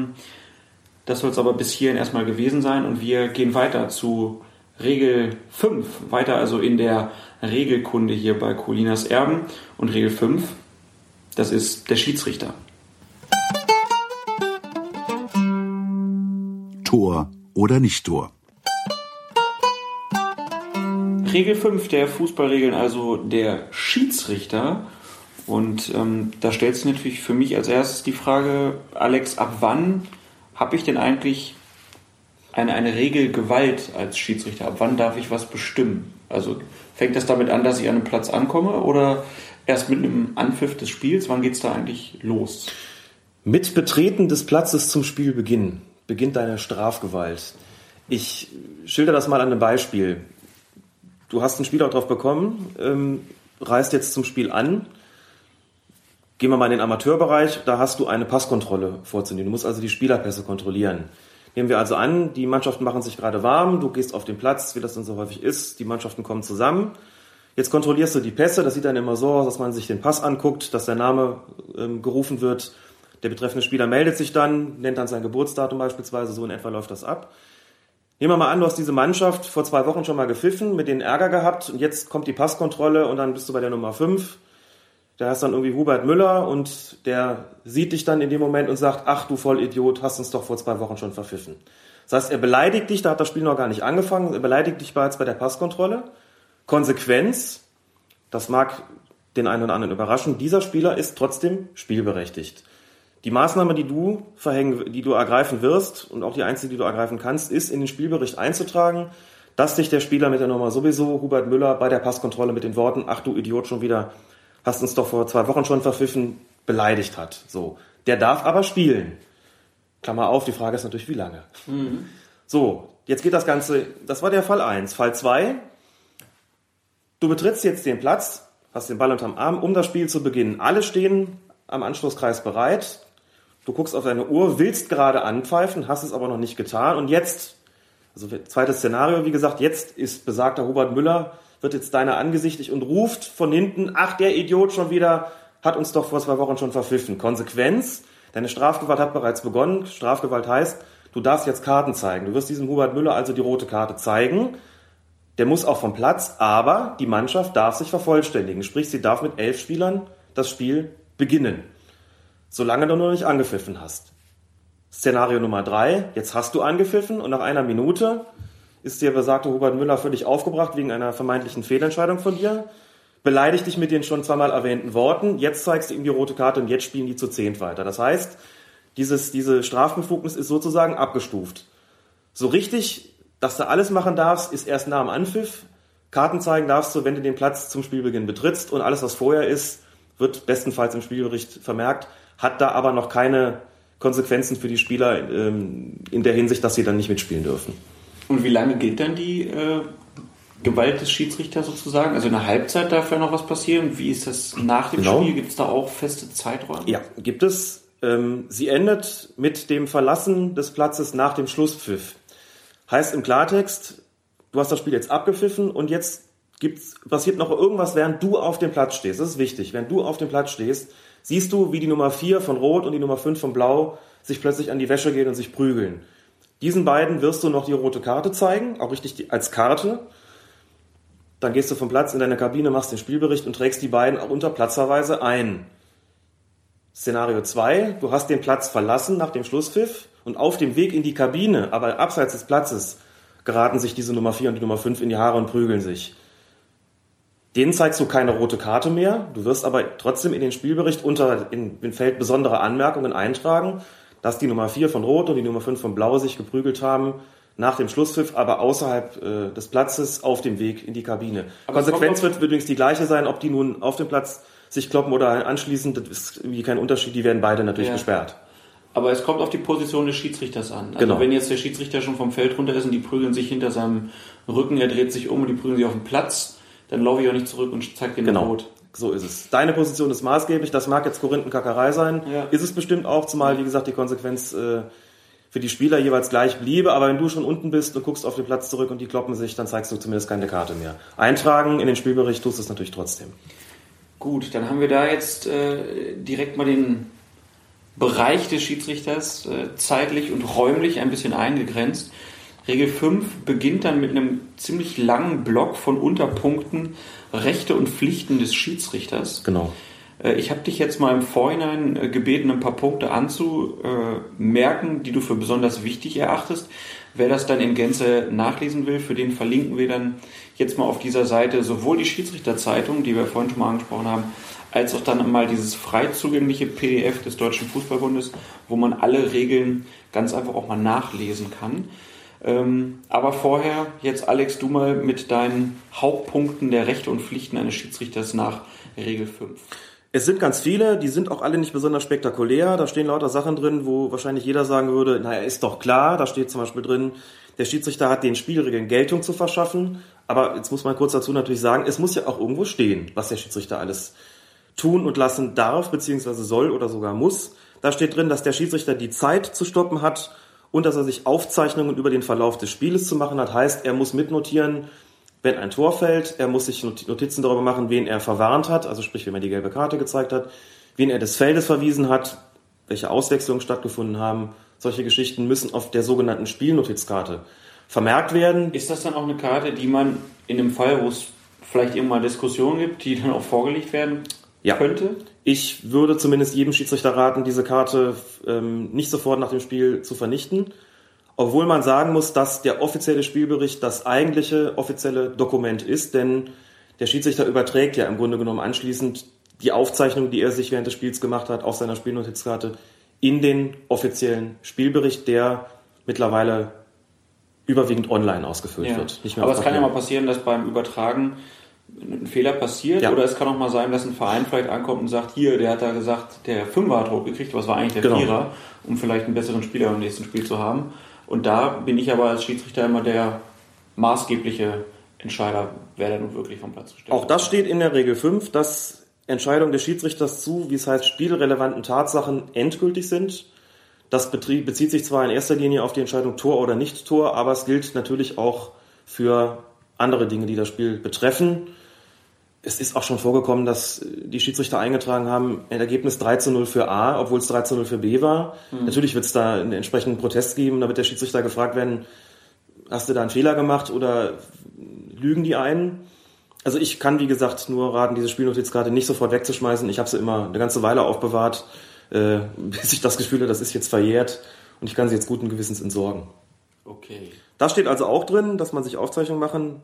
Das soll es aber bis hierhin erstmal gewesen sein und wir gehen weiter zu Regel 5, weiter also in der Regelkunde hier bei Colinas Erben. Und Regel 5, das ist der Schiedsrichter. Tor oder nicht Tor? Regel 5 der Fußballregeln, also der Schiedsrichter. Und da stellt sich natürlich für mich als erstes die Frage, Alex, ab wann habe ich denn eigentlich eine Regelgewalt als Schiedsrichter? Ab wann darf ich was bestimmen? Also fängt das damit an, dass ich an einem Platz ankomme oder erst mit einem Anpfiff des Spiels? Wann geht es da eigentlich los? Mit Betreten des Platzes zum Spielbeginn beginnt deine Strafgewalt. Ich schilder das mal an einem Beispiel. Du hast einen Spielauftrag bekommen, reist jetzt zum Spiel an. Gehen wir mal in den Amateurbereich, da hast du eine Passkontrolle vorzunehmen. Du musst also die Spielerpässe kontrollieren. Nehmen wir also an, die Mannschaften machen sich gerade warm, du gehst auf den Platz, wie das dann so häufig ist, die Mannschaften kommen zusammen. Jetzt kontrollierst du die Pässe, das sieht dann immer so aus, dass man sich den Pass anguckt, dass der Name gerufen wird. Der betreffende Spieler meldet sich dann, nennt dann sein Geburtsdatum beispielsweise, so in etwa läuft das ab. Nehmen wir mal an, du hast diese Mannschaft vor 2 Wochen schon mal gepfiffen, mit denen Ärger gehabt und jetzt kommt die Passkontrolle und dann bist du bei der Nummer 5. Da hast dann irgendwie Hubert Müller und der sieht dich dann in dem Moment und sagt, ach du Vollidiot, hast uns doch vor 2 Wochen schon verpfiffen. Das heißt, er beleidigt dich, da hat das Spiel noch gar nicht angefangen, er beleidigt dich bereits bei der Passkontrolle. Konsequenz, das mag den einen oder anderen überraschen, dieser Spieler ist trotzdem spielberechtigt. Die Maßnahme, die du ergreifen wirst und auch die einzige, die du ergreifen kannst, ist in den Spielbericht einzutragen, dass dich der Spieler mit der Nummer sowieso, Hubert Müller, bei der Passkontrolle mit den Worten, ach du Idiot, schon wieder, hast uns doch vor 2 Wochen schon verpfiffen, beleidigt hat. So. Der darf aber spielen. Klammer auf, die Frage ist natürlich, wie lange. Mhm. So, jetzt geht das Ganze, das war der Fall 1. Fall 2, du betrittst jetzt den Platz, hast den Ball unterm Arm, um das Spiel zu beginnen. Alle stehen am Anschlusskreis bereit. Du guckst auf deine Uhr, willst gerade anpfeifen, hast es aber noch nicht getan. Und jetzt, also zweites Szenario, wie gesagt, jetzt ist besagter Hubert Müller, wird jetzt deiner angesichtig und ruft von hinten, ach, der Idiot schon wieder, hat uns doch vor 2 Wochen schon verpfiffen. Konsequenz, deine Strafgewalt hat bereits begonnen. Strafgewalt heißt, du darfst jetzt Karten zeigen. Du wirst diesem Hubert Müller also die rote Karte zeigen. Der muss auch vom Platz, aber die Mannschaft darf sich vervollständigen. Sprich, sie darf mit 11 Spielern das Spiel beginnen. Solange du noch nicht angepfiffen hast. Szenario Nummer 3, jetzt hast du angepfiffen und nach 1 Minute ist der besagte Hubert Müller völlig aufgebracht wegen einer vermeintlichen Fehlentscheidung von dir, beleidigt dich mit den schon 2-mal erwähnten Worten, jetzt zeigst du ihm die rote Karte und jetzt spielen die zu 10 weiter. Das heißt, diese Strafbefugnis ist sozusagen abgestuft. So richtig, dass du alles machen darfst, ist erst nach dem Anpfiff. Karten zeigen darfst du, wenn du den Platz zum Spielbeginn betrittst und alles, was vorher ist, wird bestenfalls im Spielbericht vermerkt, hat da aber noch keine Konsequenzen für die Spieler in der Hinsicht, dass sie dann nicht mitspielen dürfen. Und wie lange gilt dann die Gewalt des Schiedsrichters sozusagen? Also in der Halbzeit darf ja noch was passieren. Wie ist das nach dem Spiel? Gibt es da auch feste Zeiträume? Ja, gibt es. Sie endet mit dem Verlassen des Platzes nach dem Schlusspfiff. Heißt im Klartext, du hast das Spiel jetzt abgepfiffen und jetzt passiert noch irgendwas, während du auf dem Platz stehst. Das ist wichtig. Während du auf dem Platz stehst, siehst du, wie die Nummer 4 von Rot und die Nummer 5 von Blau sich plötzlich an die Wäsche gehen und sich prügeln. Diesen beiden wirst du noch die rote Karte zeigen, auch richtig als Karte. Dann gehst du vom Platz in deine Kabine, machst den Spielbericht und trägst die beiden auch unter Platzverweise ein. Szenario 2, du hast den Platz verlassen nach dem Schlusspfiff und auf dem Weg in die Kabine, aber abseits des Platzes, geraten sich diese Nummer 4 und die Nummer 5 in die Haare und prügeln sich. Denen zeigst du keine rote Karte mehr, du wirst aber trotzdem in den Spielbericht unter im Feld besondere Anmerkungen eintragen, dass die Nummer 4 von Rot und die Nummer 5 von Blau sich geprügelt haben, nach dem Schlusspfiff, aber außerhalb des Platzes auf dem Weg in die Kabine. Aber Konsequenz wird übrigens die gleiche sein, ob die nun auf dem Platz sich kloppen oder anschließen, das ist irgendwie kein Unterschied, die werden beide natürlich gesperrt. Aber es kommt auf die Position des Schiedsrichters an. Also genau. Wenn jetzt der Schiedsrichter schon vom Feld runter ist und die prügeln sich hinter seinem Rücken, er dreht sich um und die prügeln sich auf den Platz, dann laufe ich auch nicht zurück und zeige den Rot. So ist es. Deine Position ist maßgeblich, das mag jetzt Korinthenkackerei sein, ist es bestimmt auch, zumal, wie gesagt, die Konsequenz für die Spieler jeweils gleich bliebe, aber wenn du schon unten bist und guckst auf den Platz zurück und die kloppen sich, dann zeigst du zumindest keine Karte mehr. Eintragen in den Spielbericht tust du es natürlich trotzdem. Gut, dann haben wir da jetzt direkt mal den Bereich des Schiedsrichters zeitlich und räumlich ein bisschen eingegrenzt. Regel 5 beginnt dann mit einem ziemlich langen Block von Unterpunkten, Rechte und Pflichten des Schiedsrichters. Genau. Ich habe dich jetzt mal im Vorhinein gebeten, ein paar Punkte anzumerken, die du für besonders wichtig erachtest. Wer das dann in Gänze nachlesen will, für den verlinken wir dann jetzt mal auf dieser Seite sowohl die Schiedsrichterzeitung, die wir vorhin schon mal angesprochen haben, als auch dann mal dieses frei zugängliche PDF des Deutschen Fußballbundes, wo man alle Regeln ganz einfach auch mal nachlesen kann. Aber vorher, jetzt Alex, du mal mit deinen Hauptpunkten der Rechte und Pflichten eines Schiedsrichters nach Regel 5. Es sind ganz viele, die sind auch alle nicht besonders spektakulär. Da stehen lauter Sachen drin, wo wahrscheinlich jeder sagen würde, naja, ist doch klar. Da steht zum Beispiel drin, der Schiedsrichter hat den Spielregeln Geltung zu verschaffen. Aber jetzt muss man kurz dazu natürlich sagen, es muss ja auch irgendwo stehen, was der Schiedsrichter alles tun und lassen darf, beziehungsweise soll oder sogar muss. Da steht drin, dass der Schiedsrichter die Zeit zu stoppen hat und dass er sich Aufzeichnungen über den Verlauf des Spieles zu machen hat. Heißt, er muss mitnotieren, wenn ein Tor fällt. Er muss sich Notizen darüber machen, wen er verwarnt hat, also sprich, wem er die gelbe Karte gezeigt hat, wen er des Feldes verwiesen hat, welche Auswechslungen stattgefunden haben. Solche Geschichten müssen auf der sogenannten Spielnotizkarte vermerkt werden. Ist das dann auch eine Karte, die man in dem Fall, wo es vielleicht irgendwann Diskussionen gibt, die dann auch vorgelegt werden könnte? Ich würde zumindest jedem Schiedsrichter raten, diese Karte nicht sofort nach dem Spiel zu vernichten. Obwohl man sagen muss, dass der offizielle Spielbericht das eigentliche offizielle Dokument ist, denn der Schiedsrichter überträgt ja im Grunde genommen anschließend die Aufzeichnung, die er sich während des Spiels gemacht hat, auf seiner Spielnotizkarte in den offiziellen Spielbericht, der mittlerweile überwiegend online ausgefüllt wird. Nicht mehr. Aber es kann ja mal passieren, dass beim Übertragen ein Fehler passiert, oder es kann auch mal sein, dass ein Verein vielleicht ankommt und sagt, hier, der hat da gesagt, der Fünfer hat rot gekriegt, was war eigentlich der Vierer, um vielleicht einen besseren Spieler im nächsten Spiel zu haben. Und da bin ich aber als Schiedsrichter immer der maßgebliche Entscheider, wer da nun wirklich vom Platz gestellt wird. Auch das steht in der Regel 5, dass Entscheidungen des Schiedsrichters zu, wie es heißt, spielrelevanten Tatsachen endgültig sind. Das bezieht sich zwar in erster Linie auf die Entscheidung Tor oder Nicht-Tor, aber es gilt natürlich auch für andere Dinge, die das Spiel betreffen. Es ist auch schon vorgekommen, dass die Schiedsrichter eingetragen haben, ein Ergebnis 3:0 für A, obwohl es 3:0 für B war. Natürlich wird es da einen entsprechenden Protest geben, da wird der Schiedsrichter gefragt werden, hast du da einen Fehler gemacht oder lügen die einen? Also ich kann, wie gesagt, nur raten, diese Spielnotizkarte nicht sofort wegzuschmeißen. Ich habe sie immer eine ganze Weile aufbewahrt, bis ich das Gefühl habe, das ist jetzt verjährt und ich kann sie jetzt guten Gewissens entsorgen. Okay. Da steht also auch drin, dass man sich Aufzeichnungen machen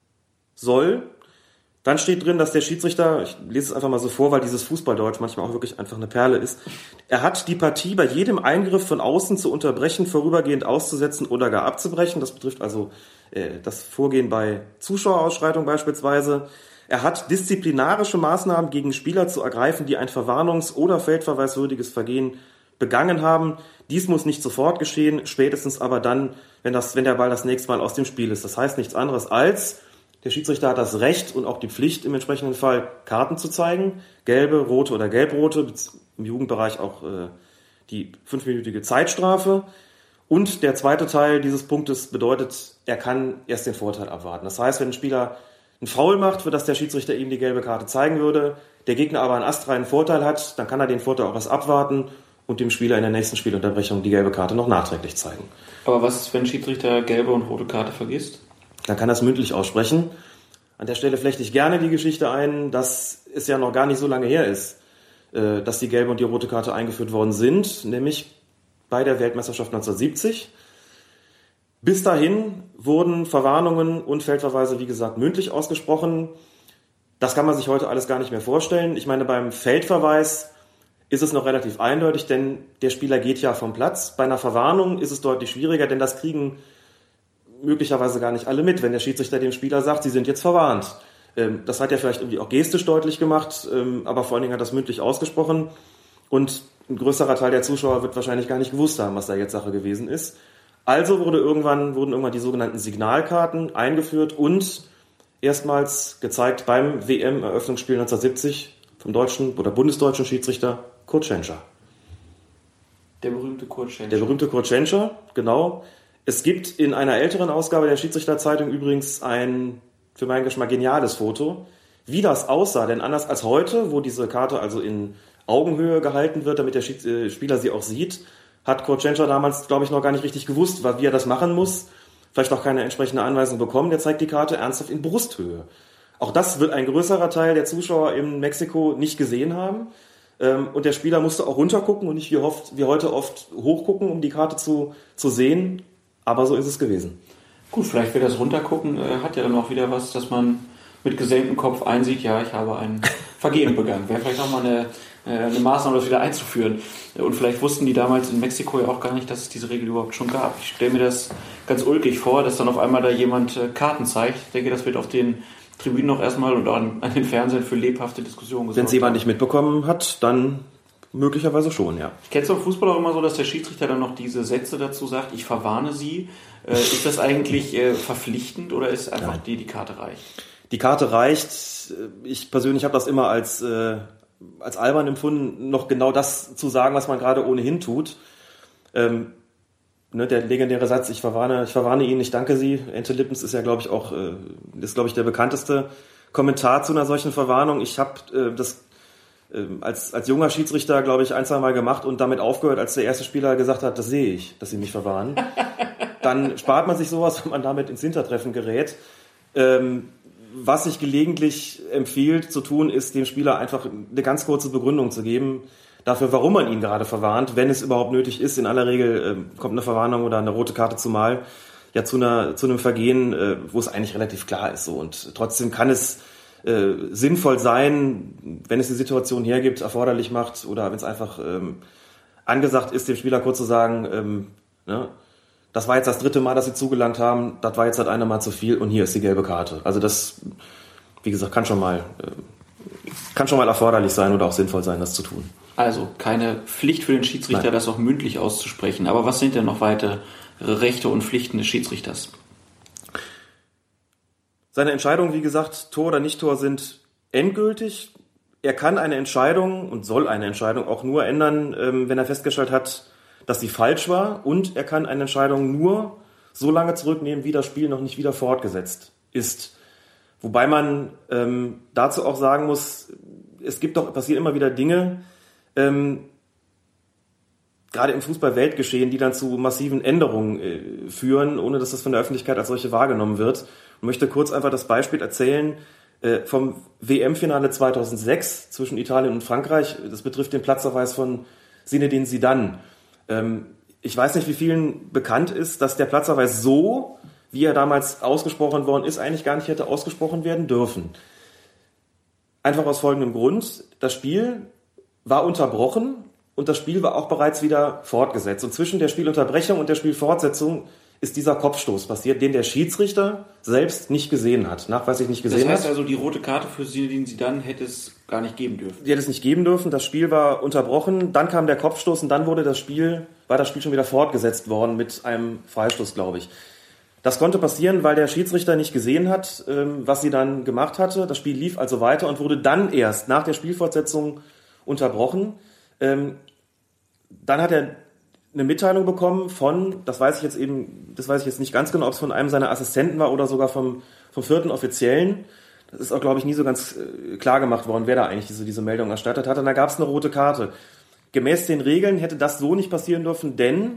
soll. Dann steht drin, dass der Schiedsrichter, ich lese es einfach mal so vor, weil dieses Fußballdeutsch manchmal auch wirklich einfach eine Perle ist, er hat die Partie bei jedem Eingriff von außen zu unterbrechen, vorübergehend auszusetzen oder gar abzubrechen. Das betrifft also das Vorgehen bei Zuschauerausschreitungen beispielsweise. Er hat disziplinarische Maßnahmen gegen Spieler zu ergreifen, die ein verwarnungs- oder feldverweiswürdiges Vergehen begangen haben. Dies muss nicht sofort geschehen, spätestens aber dann, wenn der Ball das nächste Mal aus dem Spiel ist. Das heißt nichts anderes als, der Schiedsrichter hat das Recht und auch die Pflicht, im entsprechenden Fall Karten zu zeigen, gelbe, rote oder gelbrote, im Jugendbereich auch die 5-minütige Zeitstrafe. Und der zweite Teil dieses Punktes bedeutet, er kann erst den Vorteil abwarten. Das heißt, wenn ein Spieler einen Foul macht, für das der Schiedsrichter ihm die gelbe Karte zeigen würde, der Gegner aber einen astreinen Vorteil hat, dann kann er den Vorteil auch erst abwarten und dem Spieler in der nächsten Spielunterbrechung die gelbe Karte noch nachträglich zeigen. Aber was ist, wenn ein Schiedsrichter gelbe und rote Karte vergisst? Dann kann er es mündlich aussprechen. An der Stelle flechte ich gerne die Geschichte ein, dass es ja noch gar nicht so lange her ist, dass die gelbe und die rote Karte eingeführt worden sind, nämlich bei der Weltmeisterschaft 1970. Bis dahin wurden Verwarnungen und Feldverweise, wie gesagt, mündlich ausgesprochen. Das kann man sich heute alles gar nicht mehr vorstellen. Ich meine, beim Feldverweis ist es noch relativ eindeutig, denn der Spieler geht ja vom Platz. Bei einer Verwarnung ist es deutlich schwieriger, denn das kriegen möglicherweise gar nicht alle mit, wenn der Schiedsrichter dem Spieler sagt, sie sind jetzt verwarnt. Das hat er vielleicht irgendwie auch gestisch deutlich gemacht, aber vor allen Dingen hat das mündlich ausgesprochen und ein größerer Teil der Zuschauer wird wahrscheinlich gar nicht gewusst haben, was da jetzt Sache gewesen ist. Also wurden irgendwann die sogenannten Signalkarten eingeführt und erstmals gezeigt beim WM-Eröffnungsspiel 1970 vom deutschen oder bundesdeutschen Schiedsrichter Kurt Schenscher. Der berühmte Kurt Schenscher. Der berühmte Kurt Schenscher, genau. Es gibt in einer älteren Ausgabe der Schiedsrichterzeitung übrigens ein, für meinen Geschmack, geniales Foto, wie das aussah. Denn anders als heute, wo diese Karte also in Augenhöhe gehalten wird, damit der Spieler sie auch sieht, hat Kurt Schenscher damals, glaube ich, noch gar nicht richtig gewusst, wie er das machen muss. Vielleicht auch keine entsprechende Anweisung bekommen. Der zeigt die Karte ernsthaft in Brusthöhe. Auch das wird ein größerer Teil der Zuschauer in Mexiko nicht gesehen haben. Und der Spieler musste auch runtergucken und nicht wie heute oft hochgucken, um die Karte zu sehen. Aber so ist es gewesen. Gut, vielleicht wird das Runtergucken, hat ja dann auch wieder was, dass man mit gesenktem Kopf einsieht, ja, ich habe einen Vergehen begangen. Wäre vielleicht nochmal eine Maßnahme, das wieder einzuführen. Und vielleicht wussten die damals in Mexiko ja auch gar nicht, dass es diese Regel überhaupt schon gab. Ich stelle mir das ganz ulkig vor, dass dann auf einmal da jemand Karten zeigt. Ich denke, das wird auf den Tribünen noch erstmal und auch an den Fernsehen für lebhafte Diskussionen gesorgt. Wenn es jemand nicht mitbekommen hat, dann möglicherweise schon, ja. Ich kenne es beim Fußball auch immer so, dass der Schiedsrichter dann noch diese Sätze dazu sagt, ich verwarne Sie. Ist das eigentlich verpflichtend oder ist einfach die Karte reicht? Die Karte reicht. Ich persönlich habe das immer als albern empfunden, noch genau das zu sagen, was man gerade ohnehin tut. Der legendäre Satz, ich verwarne ihn, ich danke Sie. Ente Lippens ist ja, glaube ich, der bekannteste Kommentar zu einer solchen Verwarnung. Ich habe das als junger Schiedsrichter, glaube ich, 1-2 Mal gemacht und damit aufgehört, als der erste Spieler gesagt hat, das sehe ich, dass Sie mich verwarnen. Dann spart man sich sowas, wenn man damit ins Hintertreffen gerät. Was sich gelegentlich empfiehlt zu tun, ist, dem Spieler einfach eine ganz kurze Begründung zu geben, dafür, warum man ihn gerade verwarnt, wenn es überhaupt nötig ist. In aller Regel kommt eine Verwarnung oder eine rote Karte zumal ja zu einem Vergehen, wo es eigentlich relativ klar ist. So. Und trotzdem kann es sinnvoll sein, wenn es die Situation hergibt, erforderlich macht oder wenn es einfach angesagt ist, dem Spieler kurz zu sagen, das war jetzt das 3. Mal, dass sie zugelangt haben, das war jetzt das eine Mal zu viel und hier ist die gelbe Karte. Also das, wie gesagt, kann schon mal erforderlich sein oder auch sinnvoll sein, das zu tun. Also keine Pflicht für den Schiedsrichter, das auch mündlich auszusprechen. Aber was sind denn noch weitere Rechte und Pflichten des Schiedsrichters? Seine Entscheidungen, wie gesagt, Tor oder Nicht-Tor, sind endgültig. Er kann eine Entscheidung und soll eine Entscheidung auch nur ändern, wenn er festgestellt hat, dass sie falsch war. Und er kann eine Entscheidung nur so lange zurücknehmen, wie das Spiel noch nicht wieder fortgesetzt ist. Wobei man dazu auch sagen muss, passieren immer wieder Dinge, gerade im Fußball-Weltgeschehen, die dann zu massiven Änderungen führen, ohne dass das von der Öffentlichkeit als solche wahrgenommen wird. Ich möchte kurz einfach das Beispiel erzählen vom WM-Finale 2006 zwischen Italien und Frankreich. Das betrifft den Platzverweis von Zinedine Zidane. Ich weiß nicht, wie vielen bekannt ist, dass der Platzverweis so, wie er damals ausgesprochen worden ist, eigentlich gar nicht hätte ausgesprochen werden dürfen. Einfach aus folgendem Grund. Das Spiel war unterbrochen und das Spiel war auch bereits wieder fortgesetzt. Und zwischen der Spielunterbrechung und der Spielfortsetzung ist dieser Kopfstoß passiert, den der Schiedsrichter selbst nicht gesehen hat, nachweislich nicht gesehen hat. Das heißt also, die rote Karte für Zinedine Zidane hätte es gar nicht geben dürfen? Die hätte es nicht geben dürfen, das Spiel war unterbrochen, dann kam der Kopfstoß und dann war das Spiel schon wieder fortgesetzt worden mit einem Freistoß, glaube ich. Das konnte passieren, weil der Schiedsrichter nicht gesehen hat, was sie dann gemacht hatte. Das Spiel lief also weiter und wurde dann erst nach der Spielfortsetzung unterbrochen. Dann hat er eine Mitteilung bekommen von, das weiß ich jetzt nicht ganz genau, ob es von einem seiner Assistenten war oder sogar vom 4. Offiziellen. Das ist auch, glaube ich, nie so ganz klar gemacht worden, wer da eigentlich diese Meldung erstattet hat. Und da gab es eine rote Karte. Gemäß den Regeln hätte das so nicht passieren dürfen, denn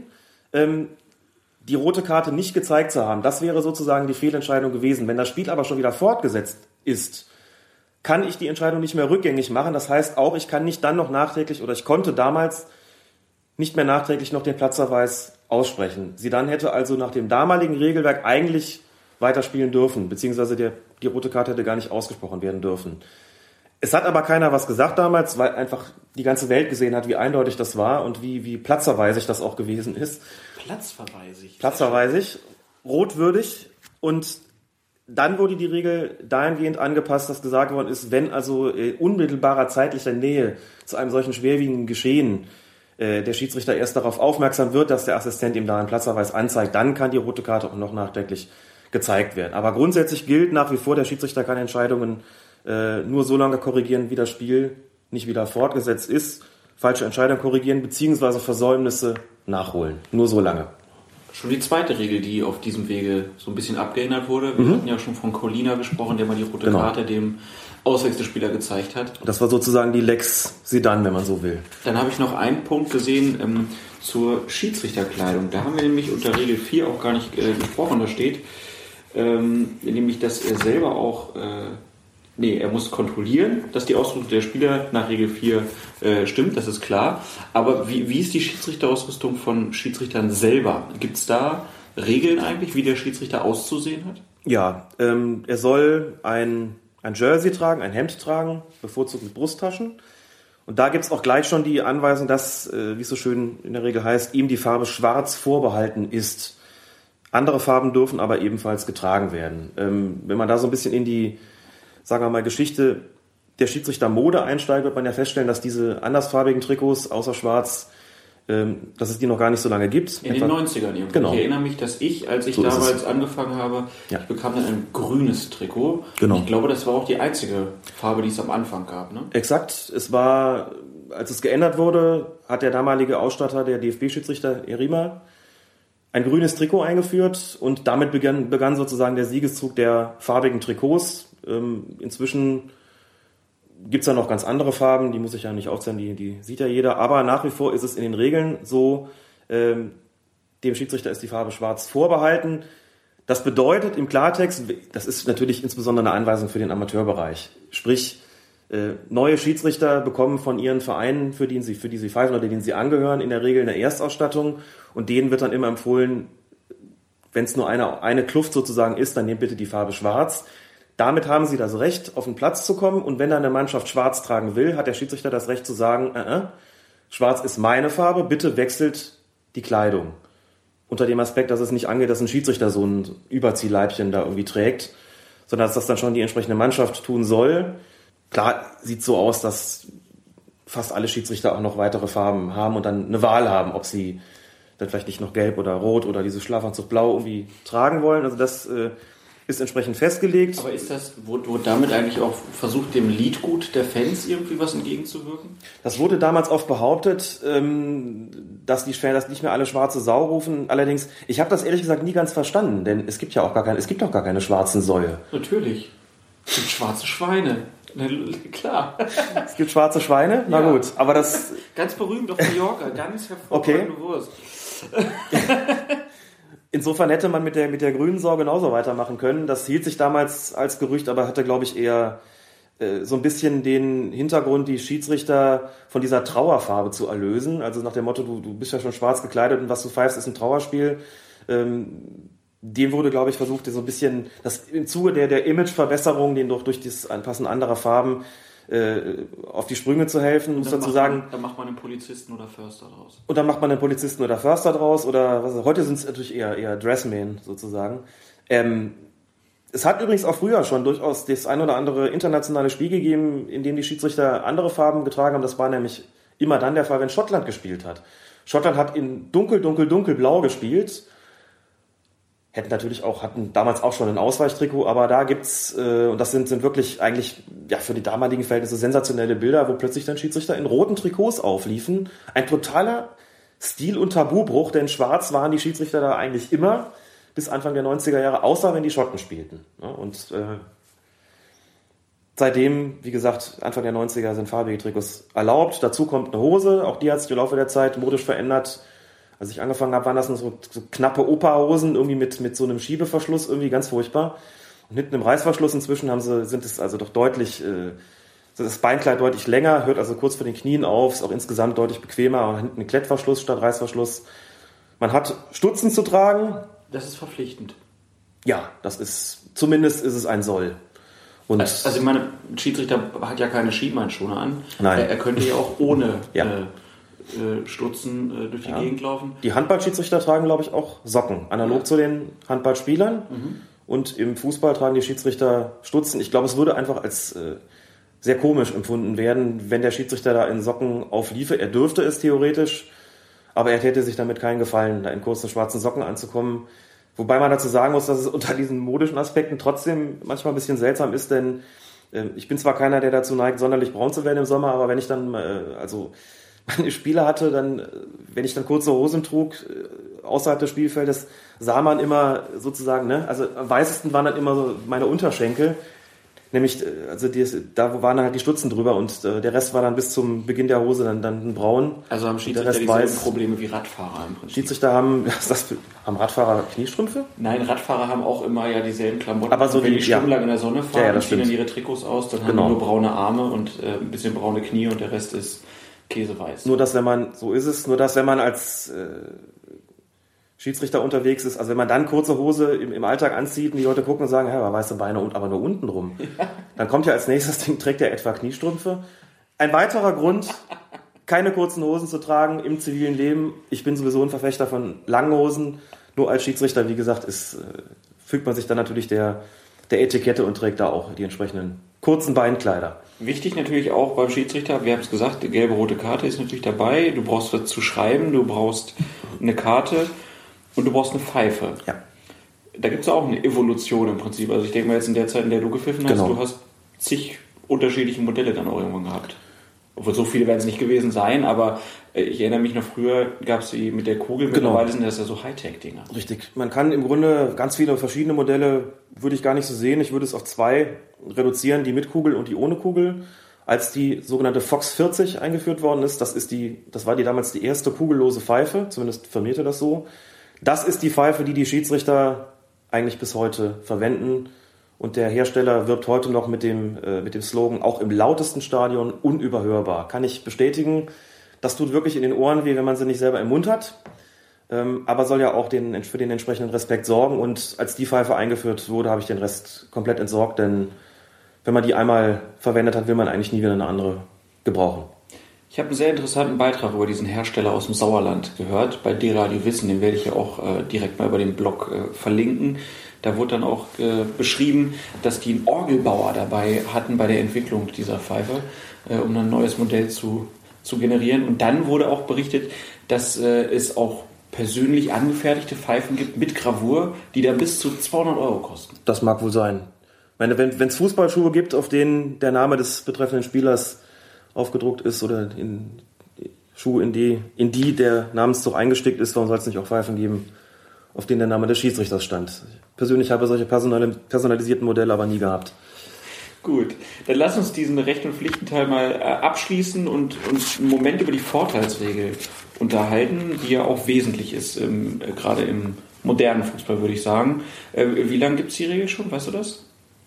die rote Karte nicht gezeigt zu haben, das wäre sozusagen die Fehlentscheidung gewesen. Wenn das Spiel aber schon wieder fortgesetzt ist, kann ich die Entscheidung nicht mehr rückgängig machen. Das heißt auch, ich kann nicht dann noch nachträglich, oder ich konnte damals nicht mehr nachträglich noch den Platzverweis aussprechen. Zidane hätte also nach dem damaligen Regelwerk eigentlich weiterspielen dürfen, beziehungsweise die rote Karte hätte gar nicht ausgesprochen werden dürfen. Es hat aber keiner was gesagt damals, weil einfach die ganze Welt gesehen hat, wie eindeutig das war und wie platzverweisig das auch gewesen ist. Platzverweisig, rotwürdig, und dann wurde die Regel dahingehend angepasst, dass gesagt worden ist, wenn also unmittelbarer zeitlicher Nähe zu einem solchen schwerwiegenden Geschehen der Schiedsrichter erst darauf aufmerksam wird, dass der Assistent ihm da einen Platzverweis anzeigt, dann kann die rote Karte auch noch nachträglich gezeigt werden. Aber grundsätzlich gilt nach wie vor, der Schiedsrichter kann Entscheidungen nur so lange korrigieren, wie das Spiel nicht wieder fortgesetzt ist, falsche Entscheidungen korrigieren, beziehungsweise Versäumnisse nachholen. Nur so lange. Schon die zweite Regel, die auf diesem Wege so ein bisschen abgeändert wurde. Wir hatten ja schon von Colina gesprochen, der mal die rote Karte dem Auswechselspieler gezeigt hat. Das war sozusagen die Lex Zidane, wenn man so will. Dann habe ich noch einen Punkt gesehen zur Schiedsrichterkleidung. Da haben wir nämlich unter Regel 4 auch gar nicht gesprochen. Da steht nämlich, dass er selber auch... er muss kontrollieren, dass die Ausrüstung der Spieler nach Regel 4 stimmt, das ist klar. Aber wie ist die Schiedsrichterausrüstung von Schiedsrichtern selber? Gibt es da Regeln eigentlich, wie der Schiedsrichter auszusehen hat? Ja, er soll ein ein Jersey tragen, ein Hemd tragen, bevorzugt mit Brusttaschen. Und da gibt's auch gleich schon die Anweisung, dass, wie es so schön in der Regel heißt, ihm die Farbe schwarz vorbehalten ist. Andere Farben dürfen aber ebenfalls getragen werden. Wenn man da so ein bisschen in die, sagen wir mal, Geschichte der Schiedsrichtermode einsteigt, wird man ja feststellen, dass diese andersfarbigen Trikots außer schwarz, dass es die noch gar nicht so lange gibt. In den 90ern irgendwie. Genau. Ich erinnere mich, dass als ich so damals angefangen habe, ich bekam dann ein grünes Trikot. Genau. Ich glaube, das war auch die einzige Farbe, die es am Anfang gab. Ne? Exakt. Es war, als es geändert wurde, hat der damalige Ausstatter, der DFB-Schiedsrichter Erima, ein grünes Trikot eingeführt und damit begann sozusagen der Siegeszug der farbigen Trikots. Inzwischen gibt's ja noch ganz andere Farben, die muss ich ja nicht aufzählen, die sieht ja jeder. Aber nach wie vor ist es in den Regeln so, dem Schiedsrichter ist die Farbe schwarz vorbehalten. Das bedeutet im Klartext, das ist natürlich insbesondere eine Anweisung für den Amateurbereich. Sprich, neue Schiedsrichter bekommen von ihren Vereinen, für die sie pfeifen oder denen sie angehören, in der Regel eine Erstausstattung. Und denen wird dann immer empfohlen, wenn es nur eine Kluft sozusagen ist, dann nehmt bitte die Farbe schwarz. Damit haben sie das Recht, auf den Platz zu kommen. Und wenn dann eine Mannschaft schwarz tragen will, hat der Schiedsrichter das Recht zu sagen, schwarz ist meine Farbe, bitte wechselt die Kleidung. Unter dem Aspekt, dass es nicht angeht, dass ein Schiedsrichter so ein Überziehleibchen da irgendwie trägt, sondern dass das dann schon die entsprechende Mannschaft tun soll. Klar, sieht so aus, dass fast alle Schiedsrichter auch noch weitere Farben haben und dann eine Wahl haben, ob sie dann vielleicht nicht noch gelb oder rot oder diese Schlafanzug blau irgendwie tragen wollen. Also das ist entsprechend festgelegt. Aber wurde damit eigentlich auch versucht, dem Liedgut der Fans irgendwie was entgegenzuwirken? Das wurde damals oft behauptet, dass die Fans nicht mehr alle schwarze Sau rufen. Allerdings, ich habe das ehrlich gesagt nie ganz verstanden, denn es gibt auch gar keine schwarzen Säue. Natürlich. Es gibt schwarze Schweine. Klar. Es gibt schwarze Schweine? Na ja. Gut, aber das... Ganz berühmt auf Mallorca, ganz hervorragende Wurst. Insofern hätte man mit der grünen Sau genauso weitermachen können. Das hielt sich damals als Gerücht, aber hatte, glaube ich, eher so ein bisschen den Hintergrund, die Schiedsrichter von dieser Trauerfarbe zu erlösen. Also nach dem Motto, du bist ja schon schwarz gekleidet und was du pfeifst, ist ein Trauerspiel. Dem wurde, glaube ich, versucht, so ein bisschen, das im Zuge der Imageverbesserung, den doch durch das Anpassen anderer Farben auf die Sprünge zu helfen, muss dazu sagen. Dann macht man einen Polizisten oder Förster draus. Und dann macht man einen Polizisten oder Förster draus oder heute sind es natürlich eher Dressmen sozusagen. Es hat übrigens auch früher schon durchaus das ein oder andere internationale Spiel gegeben, in dem die Schiedsrichter andere Farben getragen haben. Das war nämlich immer dann der Fall, wenn Schottland gespielt hat. Schottland hat in dunkelblau gespielt. Hatten damals auch schon ein Ausweichtrikot, aber da gibt's, und das sind wirklich eigentlich, ja, für die damaligen Verhältnisse sensationelle Bilder, wo plötzlich dann Schiedsrichter in roten Trikots aufliefen. Ein totaler Stil- und Tabubruch, denn schwarz waren die Schiedsrichter da eigentlich immer bis Anfang der 90er Jahre, außer wenn die Schotten spielten. Und seitdem, wie gesagt, Anfang der 90er sind farbige Trikots erlaubt. Dazu kommt eine Hose, auch die hat sich im Laufe der Zeit modisch verändert. Als ich angefangen habe, waren das so knappe Opa-Hosen, irgendwie mit so einem Schiebeverschluss, irgendwie ganz furchtbar. Und hinten im Reißverschluss inzwischen sind es also doch deutlich, das Beinkleid deutlich länger, hört also kurz vor den Knien auf, ist auch insgesamt deutlich bequemer und hinten ein Klettverschluss statt Reißverschluss. Man hat Stutzen zu tragen. Das ist verpflichtend. Ja, zumindest ist es ein Soll. Und also ich meine, ein Schiedsrichter hat ja keine Schienbeinschoner an. Nein. Er könnte ja auch ohne Stutzen durch die Gegend laufen. Die Handballschiedsrichter tragen, glaube ich, auch Socken, analog zu den Handballspielern. Und im Fußball tragen die Schiedsrichter Stutzen. Ich glaube, es würde einfach als sehr komisch empfunden werden, wenn der Schiedsrichter da in Socken aufliefe. Er dürfte es theoretisch, aber er täte sich damit keinen Gefallen, da in kurzen schwarzen Socken anzukommen. Wobei man dazu sagen muss, dass es unter diesen modischen Aspekten trotzdem manchmal ein bisschen seltsam ist, denn ich bin zwar keiner, der dazu neigt, sonderlich braun zu werden im Sommer, aber wenn ich dann meine Spiele hatte, dann, wenn ich dann kurze Hosen trug, außerhalb des Spielfeldes, sah man immer sozusagen, also am weißesten waren dann immer so meine Unterschenkel, nämlich, da waren halt die Stutzen drüber und der Rest war dann bis zum Beginn der Hose dann braun. Also haben Schiedsrichter dieselben Probleme wie Radfahrer im Prinzip. Schiedsrichter haben Radfahrer Kniestrümpfe? Nein, Radfahrer haben auch immer ja dieselben Klamotten. Aber so wenn die stundenlang in der Sonne fahren, ziehen dann ihre Trikots aus, dann haben die nur braune Arme und ein bisschen braune Knie und der Rest ist käseweiß. Nur dass wenn man als Schiedsrichter unterwegs ist. Also wenn man dann kurze Hose im Alltag anzieht und die Leute gucken und sagen, ja, weiße Beine und aber nur unten rum. Dann kommt ja als nächstes, trägt er etwa Kniestrümpfe. Ein weiterer Grund, keine kurzen Hosen zu tragen im zivilen Leben. Ich bin sowieso ein Verfechter von langen Hosen. Nur als Schiedsrichter, wie gesagt, fügt man sich dann natürlich der Etikette und trägt da auch die entsprechenden kurzen Beinkleider. Wichtig natürlich auch beim Schiedsrichter, wir haben es gesagt, die gelbe, rote Karte ist natürlich dabei. Du brauchst was zu schreiben, du brauchst eine Karte und du brauchst eine Pfeife. Ja. Da gibt es auch eine Evolution im Prinzip. Also ich denke mal jetzt in der Zeit, in der du gepfiffen hast, genau. Du hast zig unterschiedliche Modelle dann auch irgendwann gehabt. Obwohl so viele werden es nicht gewesen sein, aber ich erinnere mich noch früher, gab es die mit der Kugel, mittlerweile sind das ja so Hightech-Dinger. Richtig. Man kann im Grunde ganz viele verschiedene Modelle, würde ich gar nicht so sehen. Ich würde es auf 2 reduzieren, die mit Kugel und die ohne Kugel. Als die sogenannte Fox 40 eingeführt worden ist, das war damals die erste kugellose Pfeife, zumindest firmierte das so. Das ist die Pfeife, die Schiedsrichter eigentlich bis heute verwenden. Und der Hersteller wirbt heute noch mit dem Slogan, auch im lautesten Stadion unüberhörbar. Kann ich bestätigen, das tut wirklich in den Ohren weh, wenn man sie nicht selber im Mund hat. Aber soll ja auch für den entsprechenden Respekt sorgen. Und als die Pfeife eingeführt wurde, habe ich den Rest komplett entsorgt. Denn wenn man die einmal verwendet hat, will man eigentlich nie wieder eine andere gebrauchen. Ich habe einen sehr interessanten Beitrag über diesen Hersteller aus dem Sauerland gehört, bei D-Radio Wissen. Den werde ich ja auch direkt mal über den Blog verlinken. Da wurde dann auch beschrieben, dass die einen Orgelbauer dabei hatten bei der Entwicklung dieser Pfeife, um dann ein neues Modell zu generieren. Und dann wurde auch berichtet, dass es auch persönlich angefertigte Pfeifen gibt mit Gravur, die dann bis zu 200 € kosten. Das mag wohl sein. Ich meine, wenn es Fußballschuhe gibt, auf denen der Name des betreffenden Spielers aufgedruckt ist oder in Schuhe, in die der Namenszug eingestickt ist, warum soll es nicht auch Pfeifen geben, auf denen der Name des Schiedsrichters stand? Ich persönlich habe solche personalisierten Modelle aber nie gehabt. Gut, dann lass uns diesen Recht- und Pflichtenteil mal abschließen und uns einen Moment über die Vorteilsregel unterhalten, die ja auch wesentlich ist, gerade im modernen Fußball, würde ich sagen. Wie lange gibt es die Regel schon? Weißt du das?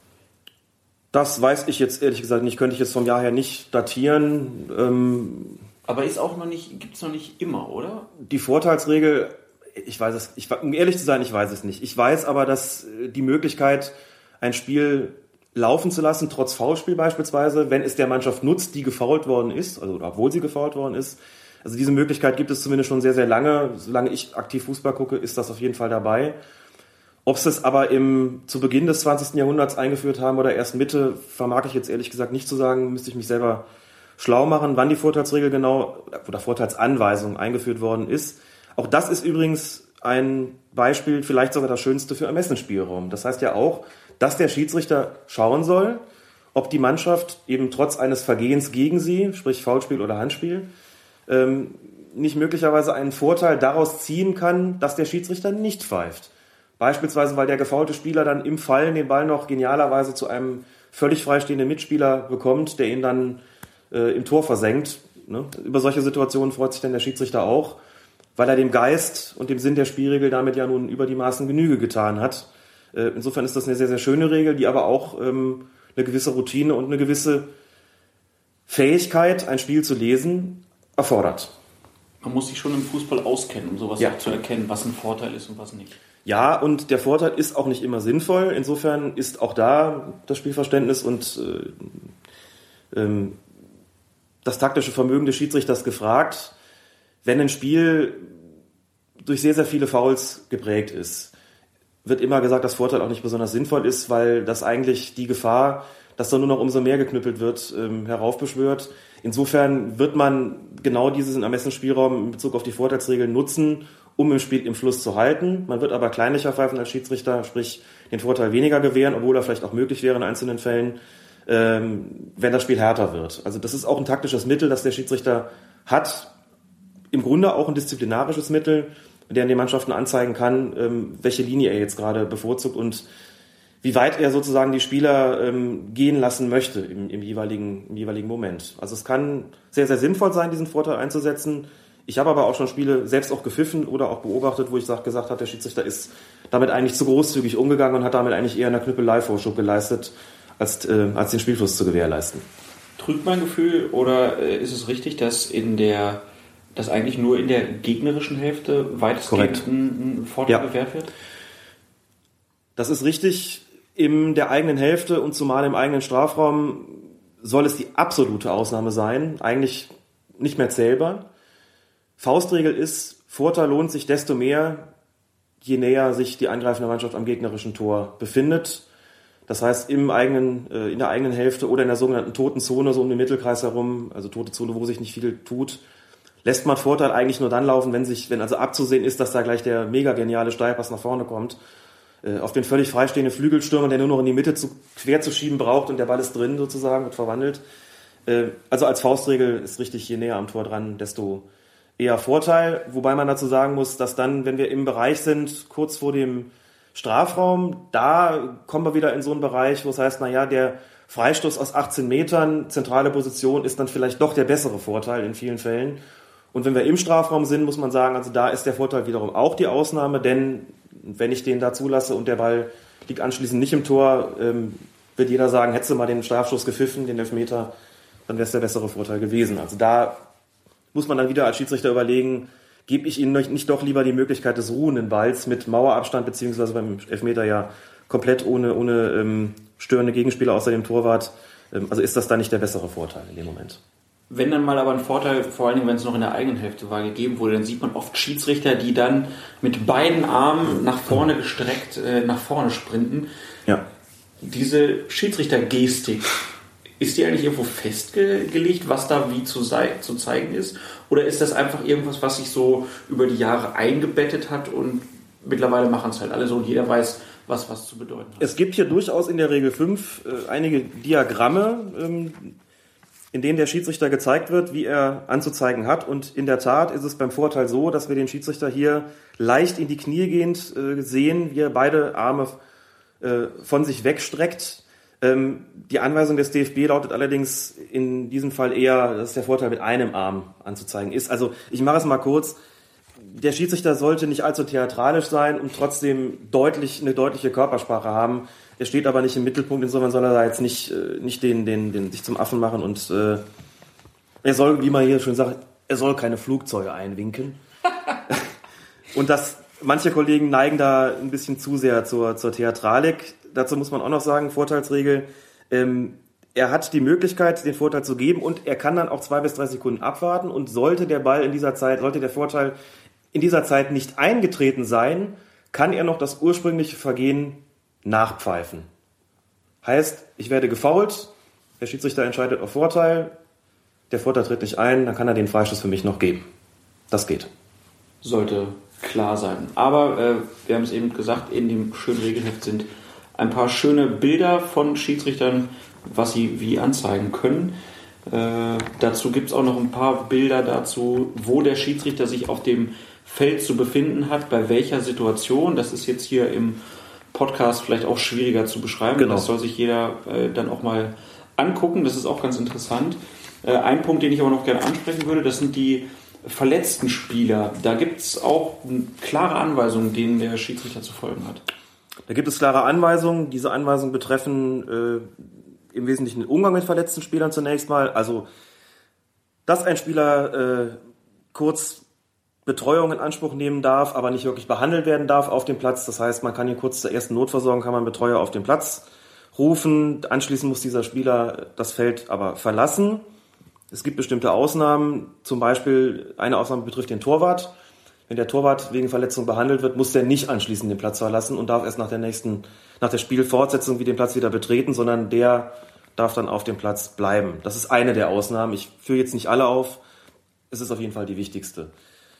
Das weiß ich jetzt ehrlich gesagt nicht. Könnte ich jetzt vom Jahr her nicht datieren. Aber ist auch gibt es noch nicht immer, oder? Die Vorteilsregel, um ehrlich zu sein, ich weiß es nicht. Ich weiß aber, dass die Möglichkeit, ein Spiel laufen zu lassen, trotz Foulspiel beispielsweise, wenn es der Mannschaft nutzt, die gefoult worden ist, also obwohl sie gefoult worden ist. Also diese Möglichkeit gibt es zumindest schon sehr, sehr lange. Solange ich aktiv Fußball gucke, ist das auf jeden Fall dabei. Ob sie es aber zu Beginn des 20. Jahrhunderts eingeführt haben oder erst Mitte, vermag ich jetzt ehrlich gesagt nicht zu sagen, müsste ich mich selber schlau machen, wann die Vorteilsregel genau oder Vorteilsanweisung eingeführt worden ist. Auch das ist übrigens ein Beispiel, vielleicht sogar das Schönste für Ermessensspielraum. Das heißt ja auch, dass der Schiedsrichter schauen soll, ob die Mannschaft eben trotz eines Vergehens gegen sie, sprich Foulspiel oder Handspiel, nicht möglicherweise einen Vorteil daraus ziehen kann, dass der Schiedsrichter nicht pfeift. Beispielsweise, weil der gefoulte Spieler dann im Fallen den Ball noch genialerweise zu einem völlig freistehenden Mitspieler bekommt, der ihn dann im Tor versenkt. Ne? Über solche Situationen freut sich dann der Schiedsrichter auch, weil er dem Geist und dem Sinn der Spielregel damit ja nun über die Maßen Genüge getan hat. Insofern ist das eine sehr, sehr schöne Regel, die aber auch eine gewisse Routine und eine gewisse Fähigkeit, ein Spiel zu lesen, erfordert. Man muss sich schon im Fußball auskennen, um sowas auch zu erkennen, was ein Vorteil ist und was nicht. Ja, und der Vorteil ist auch nicht immer sinnvoll. Insofern ist auch da das Spielverständnis und das taktische Vermögen des Schiedsrichters gefragt. Wenn ein Spiel durch sehr, sehr viele Fouls geprägt ist, wird immer gesagt, dass Vorteil auch nicht besonders sinnvoll ist, weil das eigentlich die Gefahr, dass da nur noch umso mehr geknüppelt wird, heraufbeschwört. Insofern wird man genau diesen Ermessensspielraum in Bezug auf die Vorteilsregeln nutzen, um im Spiel im Fluss zu halten. Man wird aber kleinlicher pfeifen als Schiedsrichter, sprich den Vorteil weniger gewähren, obwohl er vielleicht auch möglich wäre in einzelnen Fällen, wenn das Spiel härter wird. Also das ist auch ein taktisches Mittel, das der Schiedsrichter hat. Im Grunde auch ein disziplinarisches Mittel, der den Mannschaften anzeigen kann, welche Linie er jetzt gerade bevorzugt und wie weit er sozusagen die Spieler gehen lassen möchte im jeweiligen Moment. Also es kann sehr, sehr sinnvoll sein, diesen Vorteil einzusetzen. Ich habe aber auch schon Spiele selbst auch gepfiffen oder auch beobachtet, wo ich gesagt habe, der Schiedsrichter ist damit eigentlich zu großzügig umgegangen und hat damit eigentlich eher eine Knüppelei-Vorschub geleistet, als den Spielfluss zu gewährleisten. Trügt mein Gefühl oder ist es richtig, dass dass eigentlich nur in der gegnerischen Hälfte weitestgehend ein Vorteil gewährt wird? Das ist richtig. In der eigenen Hälfte und zumal im eigenen Strafraum soll es die absolute Ausnahme sein, eigentlich nicht mehr zählbar. Faustregel ist, Vorteil lohnt sich desto mehr, je näher sich die angreifende Mannschaft am gegnerischen Tor befindet. Das heißt, in der eigenen Hälfte oder in der sogenannten toten Zone, so um den Mittelkreis herum, also tote Zone, wo sich nicht viel tut, lässt man Vorteil eigentlich nur dann laufen, wenn also abzusehen ist, dass da gleich der mega geniale Steilpass nach vorne kommt. Auf den völlig freistehenden Flügelstürmer, der nur noch in die Mitte quer zu schieben braucht und der Ball ist drin sozusagen, wird verwandelt. Also als Faustregel ist richtig, je näher am Tor dran, desto eher Vorteil. Wobei man dazu sagen muss, dass dann, wenn wir im Bereich sind, kurz vor dem Strafraum, da kommen wir wieder in so einen Bereich, wo es heißt, der Freistoß aus 18 Metern, zentrale Position, ist dann vielleicht doch der bessere Vorteil in vielen Fällen. Und wenn wir im Strafraum sind, muss man sagen, also da ist der Vorteil wiederum auch die Ausnahme, denn wenn ich den da zulasse und der Ball liegt anschließend nicht im Tor, wird jeder sagen, hättest du mal den Strafstoß gepfiffen, den Elfmeter, dann wäre es der bessere Vorteil gewesen. Also da muss man dann wieder als Schiedsrichter überlegen, gebe ich ihnen nicht doch lieber die Möglichkeit des ruhenden Balls mit Mauerabstand, beziehungsweise beim Elfmeter ja komplett ohne störende Gegenspieler außer dem Torwart. Also ist das dann nicht der bessere Vorteil in dem Moment. Wenn dann mal aber ein Vorteil, vor allen Dingen, wenn es noch in der eigenen Hälfte war, gegeben wurde, dann sieht man oft Schiedsrichter, die dann mit beiden Armen nach vorne gestreckt nach vorne sprinten. Ja. Diese Schiedsrichtergestik, ist die eigentlich irgendwo festgelegt, was da wie zu zeigen ist? Oder ist das einfach irgendwas, was sich so über die Jahre eingebettet hat und mittlerweile machen es halt alle so und jeder weiß, was zu bedeuten hat? Es gibt hier durchaus in der Regel 5 einige Diagramme, in denen der Schiedsrichter gezeigt wird, wie er anzuzeigen hat. Und in der Tat ist es beim Vorteil so, dass wir den Schiedsrichter hier leicht in die Knie gehend sehen, wie er beide Arme von sich wegstreckt. Die Anweisung des DFB lautet allerdings in diesem Fall eher, dass der Vorteil mit einem Arm anzuzeigen ist. Also ich mache es mal kurz. Der Schiedsrichter sollte nicht allzu theatralisch sein und trotzdem eine deutliche Körpersprache haben. Er steht aber nicht im Mittelpunkt, insofern soll er da jetzt nicht den sich zum Affen machen und er soll, wie man hier schon sagt, er soll keine Flugzeuge einwinken. Und manche Kollegen neigen da ein bisschen zu sehr zur Theatralik. Dazu muss man auch noch sagen, Vorteilsregel, er hat die Möglichkeit, den Vorteil zu geben und er kann dann auch 2 bis 3 Sekunden abwarten und sollte der Vorteil in dieser Zeit nicht eingetreten sein, kann er noch das ursprüngliche Vergehen nachpfeifen. Heißt, ich werde gefoult, der Schiedsrichter entscheidet auf Vorteil, der Vorteil tritt nicht ein, dann kann er den Freistoß für mich noch geben. Das geht. Sollte klar sein. Aber wir haben es eben gesagt, in dem schönen Regelheft sind ein paar schöne Bilder von Schiedsrichtern, was sie wie anzeigen können. Dazu gibt es auch noch ein paar Bilder dazu, wo der Schiedsrichter sich auf dem Feld zu befinden hat, bei welcher Situation. Das ist jetzt hier im Podcast vielleicht auch schwieriger zu beschreiben. Genau. Das soll sich jeder dann auch mal angucken. Das ist auch ganz interessant. Ein Punkt, den ich aber noch gerne ansprechen würde, das sind die verletzten Spieler. Da gibt es auch klare Anweisungen, denen der Schiedsrichter zu folgen hat. Da gibt es klare Anweisungen. Diese Anweisungen betreffen im Wesentlichen den Umgang mit verletzten Spielern zunächst mal. Also, dass ein Spieler kurz Betreuung in Anspruch nehmen darf, aber nicht wirklich behandelt werden darf auf dem Platz. Das heißt, man kann ihn kurz zur ersten Notversorgung, kann man Betreuer auf den Platz rufen. Anschließend muss dieser Spieler das Feld aber verlassen. Es gibt bestimmte Ausnahmen. Zum Beispiel eine Ausnahme betrifft den Torwart. Wenn der Torwart wegen Verletzung behandelt wird, muss der nicht anschließend den Platz verlassen und darf erst nach der Spielfortsetzung den Platz wieder betreten, sondern der darf dann auf dem Platz bleiben. Das ist eine der Ausnahmen. Ich führe jetzt nicht alle auf. Es ist auf jeden Fall die wichtigste.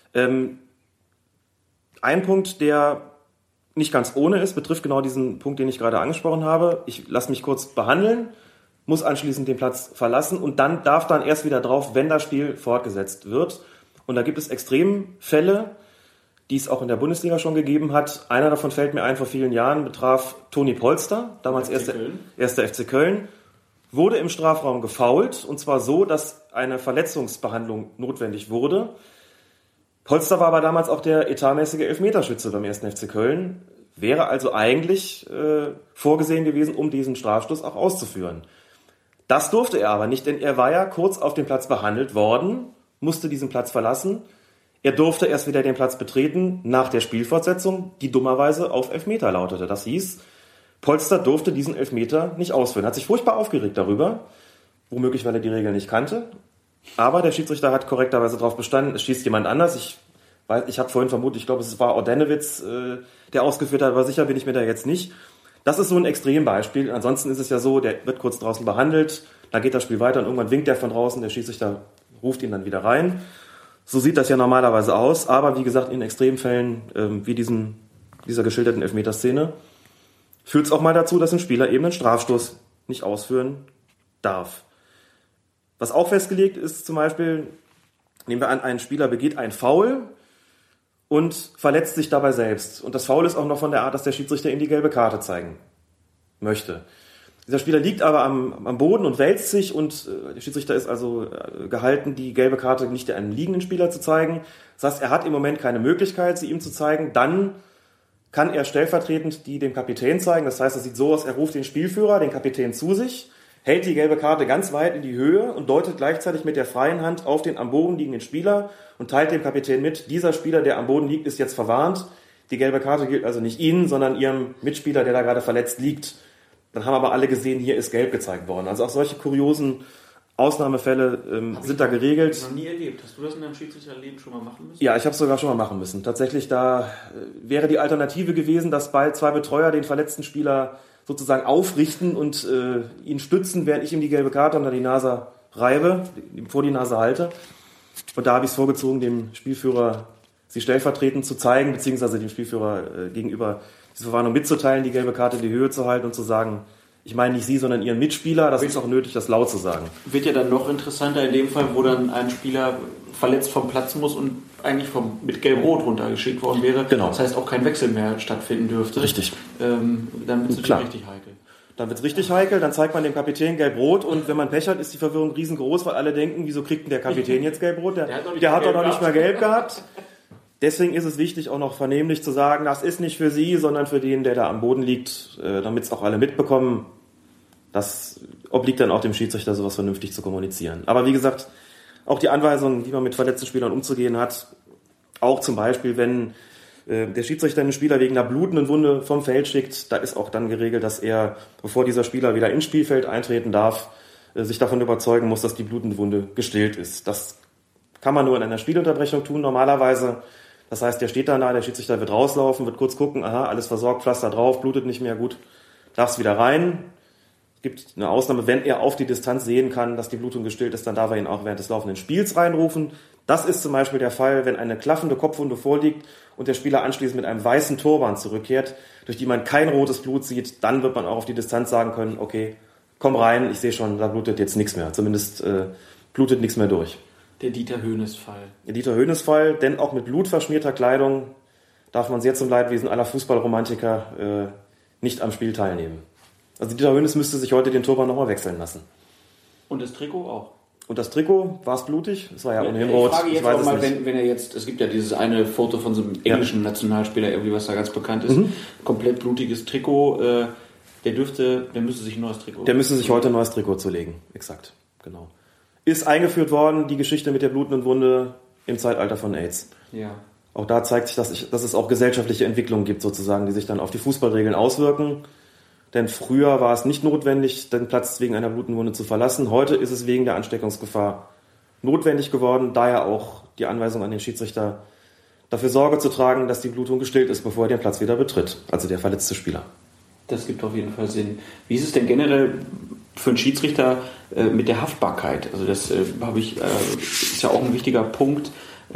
Ein Punkt, der nicht ganz ohne ist, betrifft genau diesen Punkt, den ich gerade angesprochen habe. Ich lasse mich kurz behandeln, muss anschließend den Platz verlassen und darf dann erst wieder drauf, wenn das Spiel fortgesetzt wird. Und da gibt es Extremfälle, die es auch in der Bundesliga schon gegeben hat. Einer davon fällt mir ein, vor vielen Jahren betraf Toni Polster, damals erster FC Köln, wurde im Strafraum gefoult und zwar so, dass eine Verletzungsbehandlung notwendig wurde. Polster war aber damals auch der etatmäßige Elfmeterschütze beim 1. FC Köln, wäre also eigentlich vorgesehen gewesen, um diesen Strafstoß auch auszuführen. Das durfte er aber nicht, denn er war ja kurz auf dem Platz behandelt worden musste diesen Platz verlassen. Er durfte erst wieder den Platz betreten nach der Spielfortsetzung, die dummerweise auf Elfmeter lautete. Das hieß, Polster durfte diesen Elfmeter nicht ausführen. Hat sich furchtbar aufgeregt darüber, womöglich, weil er die Regeln nicht kannte. Aber der Schiedsrichter hat korrekterweise darauf bestanden, es schießt jemand anders. Ich habe vorhin vermutet, ich glaube, es war Ordenewitz, der ausgeführt hat, aber sicher bin ich mir da jetzt nicht. Das ist so ein Extrembeispiel. Ansonsten ist es ja so, der wird kurz draußen behandelt, dann geht das Spiel weiter und irgendwann winkt er von draußen, der Schiedsrichter ruft ihn dann wieder rein. So sieht das ja normalerweise aus, aber wie gesagt, in Extremfällen, wie dieser geschilderten Elfmeterszene, führt es auch mal dazu, dass ein Spieler eben einen Strafstoß nicht ausführen darf. Was auch festgelegt ist, zum Beispiel, nehmen wir an, ein Spieler begeht ein Foul und verletzt sich dabei selbst. Und das Foul ist auch noch von der Art, dass der Schiedsrichter ihm die gelbe Karte zeigen möchte. Dieser Spieler liegt aber am Boden und wälzt sich und der Schiedsrichter ist also gehalten, die gelbe Karte nicht einem liegenden Spieler zu zeigen. Das heißt, er hat im Moment keine Möglichkeit, sie ihm zu zeigen. Dann kann er stellvertretend die dem Kapitän zeigen. Das heißt, es sieht so aus, er ruft den Spielführer, den Kapitän zu sich, hält die gelbe Karte ganz weit in die Höhe und deutet gleichzeitig mit der freien Hand auf den am Boden liegenden Spieler und teilt dem Kapitän mit, dieser Spieler, der am Boden liegt, ist jetzt verwarnt. Die gelbe Karte gilt also nicht Ihnen, sondern Ihrem Mitspieler, der da gerade verletzt liegt. Dann haben aber alle gesehen, hier ist gelb gezeigt worden. Also auch solche kuriosen Ausnahmefälle sind da geregelt. Ich habe noch nie erlebt. Hast du das in deinem Schiedsrichterleben schon mal machen müssen? Ja, ich habe es sogar schon mal machen müssen. Tatsächlich, da wäre die Alternative gewesen, dass zwei Betreuer den verletzten Spieler sozusagen aufrichten und ihn stützen, während ich ihm die gelbe Karte unter die Nase reibe, vor die Nase halte. Und da habe ich es vorgezogen, dem Spielführer sie stellvertretend zu zeigen, beziehungsweise dem Spielführer gegenüber diese Verwarnung mitzuteilen, die gelbe Karte in die Höhe zu halten und zu sagen, ich meine nicht Sie, sondern Ihren Mitspieler. Das ist auch nötig, das laut zu sagen. Wird ja dann noch interessanter in dem Fall, wo dann ein Spieler verletzt vom Platz muss und eigentlich mit Gelb-Rot runtergeschickt worden wäre. Genau. Das heißt, auch kein Wechsel mehr stattfinden dürfte. Richtig. Dann wird es natürlich richtig heikel. Dann wird es richtig heikel, dann zeigt man dem Kapitän Gelb-Rot und wenn man Pech hat, ist die Verwirrung riesengroß, weil alle denken, wieso kriegt denn der Kapitän jetzt Gelb-Rot? Der hat doch noch nicht mal Gelb gehabt. Deswegen ist es wichtig, auch noch vernehmlich zu sagen, das ist nicht für Sie, sondern für den, der da am Boden liegt, damit es auch alle mitbekommen. Das obliegt dann auch dem Schiedsrichter, sowas vernünftig zu kommunizieren. Aber wie gesagt, auch die Anweisungen, wie man mit verletzten Spielern umzugehen hat, auch zum Beispiel, wenn der Schiedsrichter einen Spieler wegen einer blutenden Wunde vom Feld schickt, da ist auch dann geregelt, dass er, bevor dieser Spieler wieder ins Spielfeld eintreten darf, sich davon überzeugen muss, dass die blutende Wunde gestillt ist. Das kann man nur in einer Spielunterbrechung tun, normalerweise. Das heißt, der steht da nah, der Schiedsrichter wird rauslaufen, wird kurz gucken, aha, alles versorgt, Pflaster drauf, blutet nicht mehr, gut, darf es wieder rein. Es gibt eine Ausnahme, wenn er auf die Distanz sehen kann, dass die Blutung gestillt ist, dann darf er ihn auch während des laufenden Spiels reinrufen. Das ist zum Beispiel der Fall, wenn eine klaffende Kopfwunde vorliegt und der Spieler anschließend mit einem weißen Turban zurückkehrt, durch die man kein rotes Blut sieht, dann wird man auch auf die Distanz sagen können, okay, komm rein, ich sehe schon, da blutet jetzt nichts mehr. Zumindest blutet nichts mehr durch. Der Dieter Hoeneß-Fall. Der Dieter Hoeneß-Fall, denn auch mit blutverschmierter Kleidung darf man sehr zum Leidwesen aller Fußballromantiker nicht am Spiel teilnehmen. Also Dieter Hoeneß müsste sich heute den Turban nochmal wechseln lassen. Und das Trikot auch. Und das Trikot, war es blutig? Es war ja ohnehin rot. Ich frage jetzt auch mal, wenn er jetzt, es gibt ja dieses eine Foto von so einem englischen Nationalspieler, irgendwie, was da ganz bekannt ist, komplett blutiges Trikot, der müsste sich ein neues Trikot. Der müsste sich heute ein neues Trikot zulegen, exakt, genau. Ist eingeführt worden, die Geschichte mit der blutenden Wunde im Zeitalter von AIDS. Ja. Auch da zeigt sich, dass es auch gesellschaftliche Entwicklungen gibt, sozusagen, die sich dann auf die Fußballregeln auswirken. Denn früher war es nicht notwendig, den Platz wegen einer blutenden Wunde zu verlassen. Heute ist es wegen der Ansteckungsgefahr notwendig geworden, daher auch die Anweisung an den Schiedsrichter, dafür Sorge zu tragen, dass die Blutung gestillt ist, bevor er den Platz wieder betritt, also der verletzte Spieler. Das gibt auf jeden Fall Sinn. Wie ist es denn generell für einen Schiedsrichter mit der Haftbarkeit? Also das ist ja auch ein wichtiger Punkt.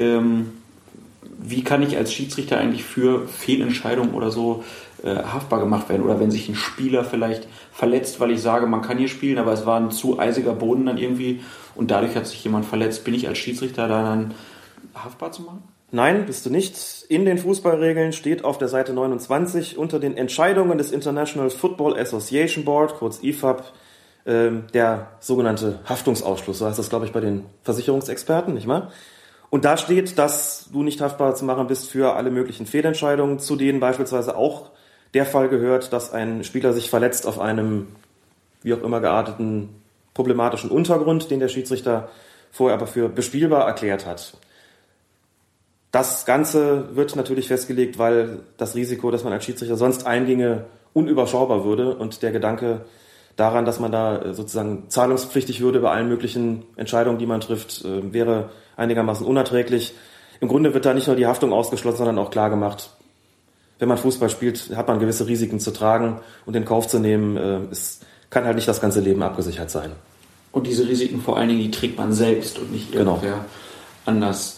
Wie kann ich als Schiedsrichter eigentlich für Fehlentscheidungen oder so haftbar gemacht werden? Oder wenn sich ein Spieler vielleicht verletzt, weil ich sage, man kann hier spielen, aber es war ein zu eisiger Boden dann irgendwie und dadurch hat sich jemand verletzt, bin ich als Schiedsrichter da dann haftbar zu machen? Nein, bist du nicht. In den Fußballregeln steht auf der Seite 29 unter den Entscheidungen des International Football Association Board, kurz IFAB, der sogenannte Haftungsausschluss. So heißt das, glaube ich, bei den Versicherungsexperten, nicht wahr? Und da steht, dass du nicht haftbar zu machen bist für alle möglichen Fehlentscheidungen, zu denen beispielsweise auch der Fall gehört, dass ein Spieler sich verletzt auf einem, wie auch immer gearteten, problematischen Untergrund, den der Schiedsrichter vorher aber für bespielbar erklärt hat. Das Ganze wird natürlich festgelegt, weil das Risiko, das man als Schiedsrichter sonst einginge, unüberschaubar würde und der Gedanke daran, dass man da sozusagen zahlungspflichtig würde bei allen möglichen Entscheidungen, die man trifft, wäre einigermaßen unerträglich. Im Grunde wird da nicht nur die Haftung ausgeschlossen, sondern auch klar gemacht, wenn man Fußball spielt, hat man gewisse Risiken zu tragen und in Kauf zu nehmen. Es kann halt nicht das ganze Leben abgesichert sein. Und diese Risiken vor allen Dingen, die trägt man selbst und nicht irgendwer anders.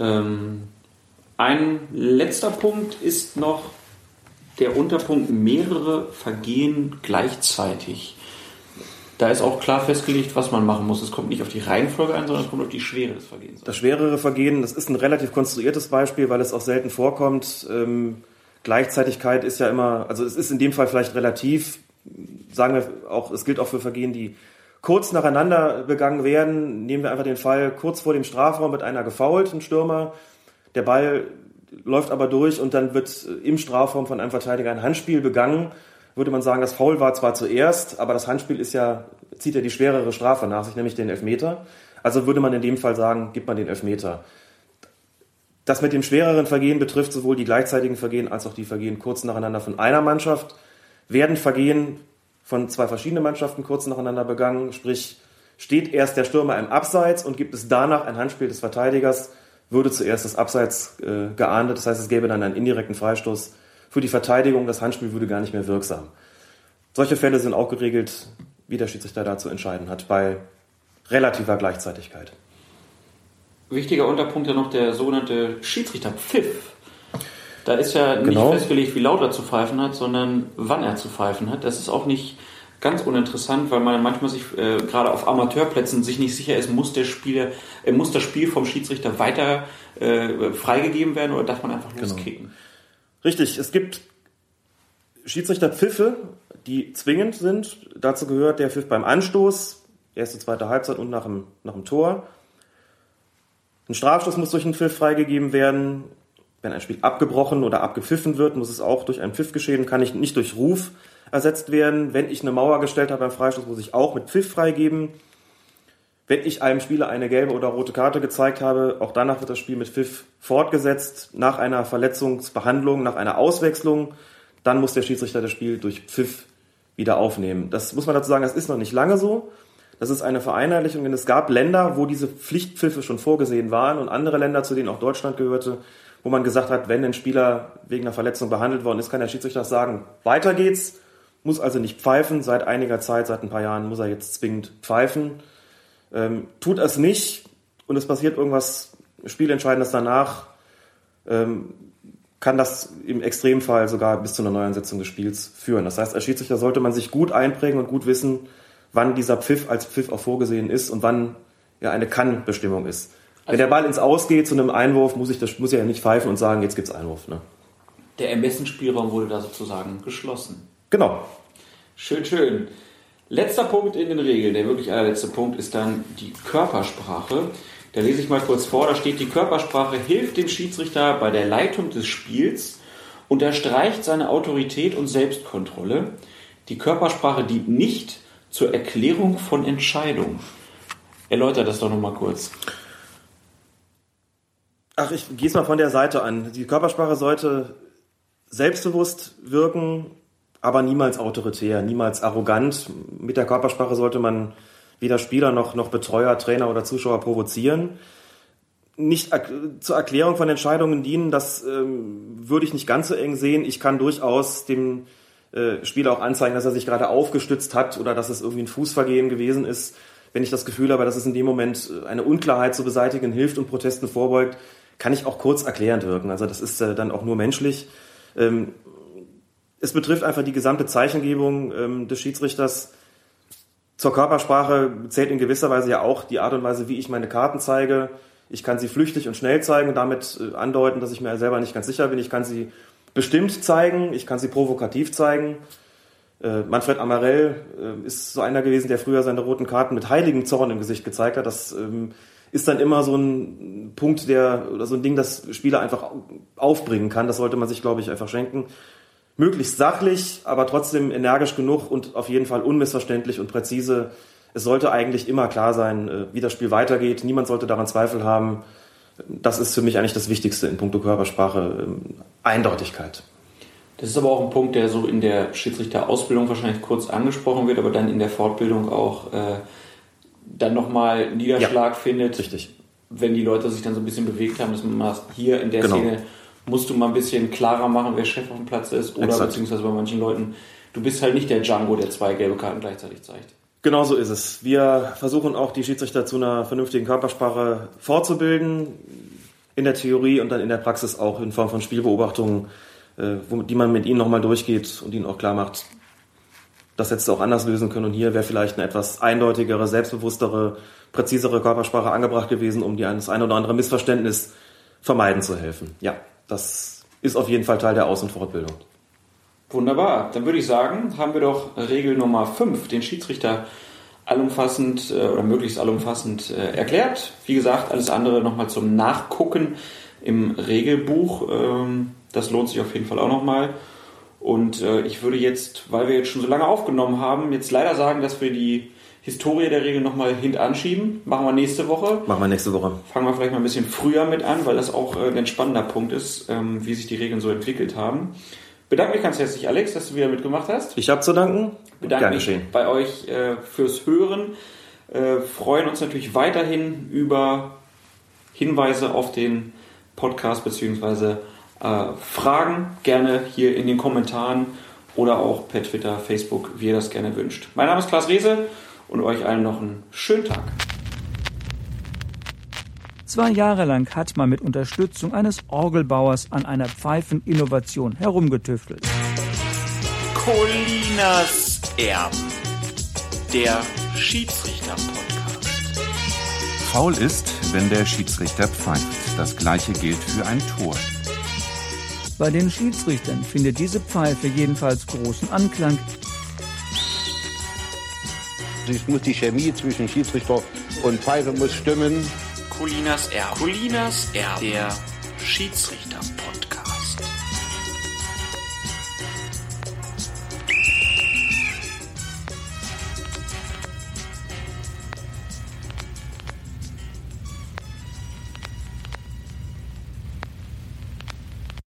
Ein letzter Punkt ist noch der Unterpunkt mehrere Vergehen gleichzeitig. Da ist auch klar festgelegt, was man machen muss. Es kommt nicht auf die Reihenfolge an, sondern es kommt auf die Schwere des Vergehens. Das schwerere Vergehen, das ist ein relativ konstruiertes Beispiel, weil es auch selten vorkommt. Gleichzeitigkeit ist ja immer, also es ist in dem Fall vielleicht relativ, sagen wir auch, es gilt auch für Vergehen, die kurz nacheinander begangen werden. Nehmen wir einfach den Fall, kurz vor dem Strafraum wird einer gefoult, ein Stürmer. Der Ball läuft aber durch und dann wird im Strafraum von einem Verteidiger ein Handspiel begangen. Würde man sagen, das Foul war zwar zuerst, aber das Handspiel zieht ja die schwerere Strafe nach sich, nämlich den Elfmeter. Also würde man in dem Fall sagen, gibt man den Elfmeter. Das mit dem schwereren Vergehen betrifft sowohl die gleichzeitigen Vergehen als auch die Vergehen kurz nacheinander von einer Mannschaft. Werden Vergehen von zwei verschiedenen Mannschaften kurz nacheinander begangen, sprich steht erst der Stürmer im Abseits und gibt es danach ein Handspiel des Verteidigers, würde zuerst das Abseits geahndet, das heißt, es gäbe dann einen indirekten Freistoß für die Verteidigung, das Handspiel würde gar nicht mehr wirksam. Solche Fälle sind auch geregelt, wie der Schiedsrichter da zu entscheiden hat, bei relativer Gleichzeitigkeit. Wichtiger Unterpunkt ja noch der sogenannte Schiedsrichterpfiff. Da ist ja nicht festgelegt, wie laut er zu pfeifen hat, sondern wann er zu pfeifen hat. Das ist auch nicht ganz uninteressant, weil man manchmal sich gerade auf Amateurplätzen sich nicht sicher ist, muss das Spiel vom Schiedsrichter weiter freigegeben werden oder darf man einfach loskicken? Genau. Richtig, es gibt Schiedsrichterpfiffe, die zwingend sind. Dazu gehört der Pfiff beim Anstoß, erste, zweite Halbzeit und nach dem Tor. Ein Strafstoß muss durch einen Pfiff freigegeben werden. Wenn ein Spiel abgebrochen oder abgepfiffen wird, muss es auch durch einen Pfiff geschehen, kann nicht durch Ruf ersetzt werden. Wenn ich eine Mauer gestellt habe beim Freistoß, muss ich auch mit Pfiff freigeben. Wenn ich einem Spieler eine gelbe oder rote Karte gezeigt habe, auch danach wird das Spiel mit Pfiff fortgesetzt. Nach einer Verletzungsbehandlung, nach einer Auswechslung, dann muss der Schiedsrichter das Spiel durch Pfiff wieder aufnehmen. Das muss man dazu sagen, das ist noch nicht lange so. Das ist eine Vereinheitlichung, denn es gab Länder, wo diese Pflichtpfiffe schon vorgesehen waren und andere Länder, zu denen auch Deutschland gehörte, wo man gesagt hat, wenn ein Spieler wegen einer Verletzung behandelt worden ist, kann der Schiedsrichter sagen, weiter geht's, muss also nicht pfeifen. Seit einiger Zeit, seit ein paar Jahren, muss er jetzt zwingend pfeifen. Tut es nicht und es passiert irgendwas Spielentscheidendes danach, kann das im Extremfall sogar bis zu einer Neuansetzung des Spiels führen. Das heißt, als Schiedsrichter sollte man sich gut einprägen und gut wissen, wann dieser Pfiff als Pfiff auch vorgesehen ist und wann eine Kann-Bestimmung ist. Wenn der Ball ins Aus geht zu einem Einwurf, muss ich ja nicht pfeifen und sagen, jetzt gibt's Einwurf. Ne? Der Ermessensspielraum wurde da sozusagen geschlossen. Genau. Schön, schön. Letzter Punkt in den Regeln, der wirklich allerletzte Punkt, ist dann die Körpersprache. Da lese ich mal kurz vor, da steht, die Körpersprache hilft dem Schiedsrichter bei der Leitung des Spiels, unterstreicht seine Autorität und Selbstkontrolle. Die Körpersprache dient nicht zur Erklärung von Entscheidungen. Erläutert das doch nochmal kurz. Ich gehe es mal von der Seite an. Die Körpersprache sollte selbstbewusst wirken, aber niemals autoritär, niemals arrogant. Mit der Körpersprache sollte man weder Spieler noch Betreuer, Trainer oder Zuschauer provozieren. Nicht zur Erklärung von Entscheidungen dienen, das würde ich nicht ganz so eng sehen. Ich kann durchaus dem Spieler auch anzeigen, dass er sich gerade aufgestützt hat oder dass es irgendwie ein Fußvergehen gewesen ist. Wenn ich das Gefühl habe, dass es in dem Moment eine Unklarheit zu beseitigen hilft und Protesten vorbeugt, kann ich auch kurz erklärend wirken. Also das ist dann auch nur menschlich. Es betrifft einfach die gesamte Zeichengebung des Schiedsrichters. Zur Körpersprache zählt in gewisser Weise ja auch die Art und Weise, wie ich meine Karten zeige. Ich kann sie flüchtig und schnell zeigen und damit andeuten, dass ich mir selber nicht ganz sicher bin. Ich kann sie bestimmt zeigen, ich kann sie provokativ zeigen. Manfred Amarell ist so einer gewesen, der früher seine roten Karten mit heiligem Zorn im Gesicht gezeigt hat. Das ist dann immer so ein Punkt, oder so ein Ding, das Spieler einfach aufbringen kann. Das sollte man sich, glaube ich, einfach schenken. Möglichst sachlich, aber trotzdem energisch genug und auf jeden Fall unmissverständlich und präzise Es sollte eigentlich immer klar sein, wie das Spiel weitergeht. Niemand sollte daran Zweifel haben. Das ist für mich eigentlich das Wichtigste in puncto Körpersprache. Eindeutigkeit. Das ist aber auch ein Punkt, der so in der Schiedsrichterausbildung wahrscheinlich kurz angesprochen wird, aber dann in der Fortbildung auch dann nochmal Niederschlag findet. Richtig. Wenn die Leute sich dann so ein bisschen bewegt haben, dass man mal hier in der Szene musst du mal ein bisschen klarer machen, wer Chef auf dem Platz ist. Oder beziehungsweise bei manchen Leuten, du bist halt nicht der Django, der 2 gelbe Karten gleichzeitig zeigt. Genau so ist es. Wir versuchen auch die Schiedsrichter zu einer vernünftigen Körpersprache fortzubilden. In der Theorie und dann in der Praxis auch in Form von Spielbeobachtungen, die man mit ihnen nochmal durchgeht und ihnen auch klar macht, das hättest du auch anders lösen können. Und hier wäre vielleicht eine etwas eindeutigere, selbstbewusstere, präzisere Körpersprache angebracht gewesen, um das ein oder andere Missverständnis vermeiden zu helfen. Ja, das ist auf jeden Fall Teil der Aus- und Fortbildung. Wunderbar. Dann würde ich sagen, haben wir doch Regel Nummer 5, den Schiedsrichter allumfassend oder möglichst allumfassend erklärt. Wie gesagt, alles andere nochmal zum Nachgucken im Regelbuch. Das lohnt sich auf jeden Fall auch nochmal. Und ich würde jetzt, weil wir jetzt schon so lange aufgenommen haben, jetzt leider sagen, dass wir die Historie der Regel nochmal hintanschieben. Machen wir nächste Woche. Fangen wir vielleicht mal ein bisschen früher mit an, weil das auch ein spannender Punkt ist, wie sich die Regeln so entwickelt haben. Bedanke mich ganz herzlich, Alex, dass du wieder mitgemacht hast. Ich habe zu danken. Bedanke mich bei euch fürs Hören. Freuen uns natürlich weiterhin über Hinweise auf den Podcast bzw. Fragen gerne hier in den Kommentaren oder auch per Twitter, Facebook, wie ihr das gerne wünscht. Mein Name ist Klaas Rehse und euch allen noch einen schönen Tag. 2 Jahre lang hat man mit Unterstützung eines Orgelbauers an einer Pfeifeninnovation herumgetüftelt. Colinas Erben, der Schiedsrichter-Podcast. Foul ist, wenn der Schiedsrichter pfeift. Das Gleiche gilt für ein Tor. Bei den Schiedsrichtern findet diese Pfeife jedenfalls großen Anklang. Es muss die Chemie zwischen Schiedsrichter und Pfeife muss stimmen. Colinas Erben, der Schiedsrichter-Podcast.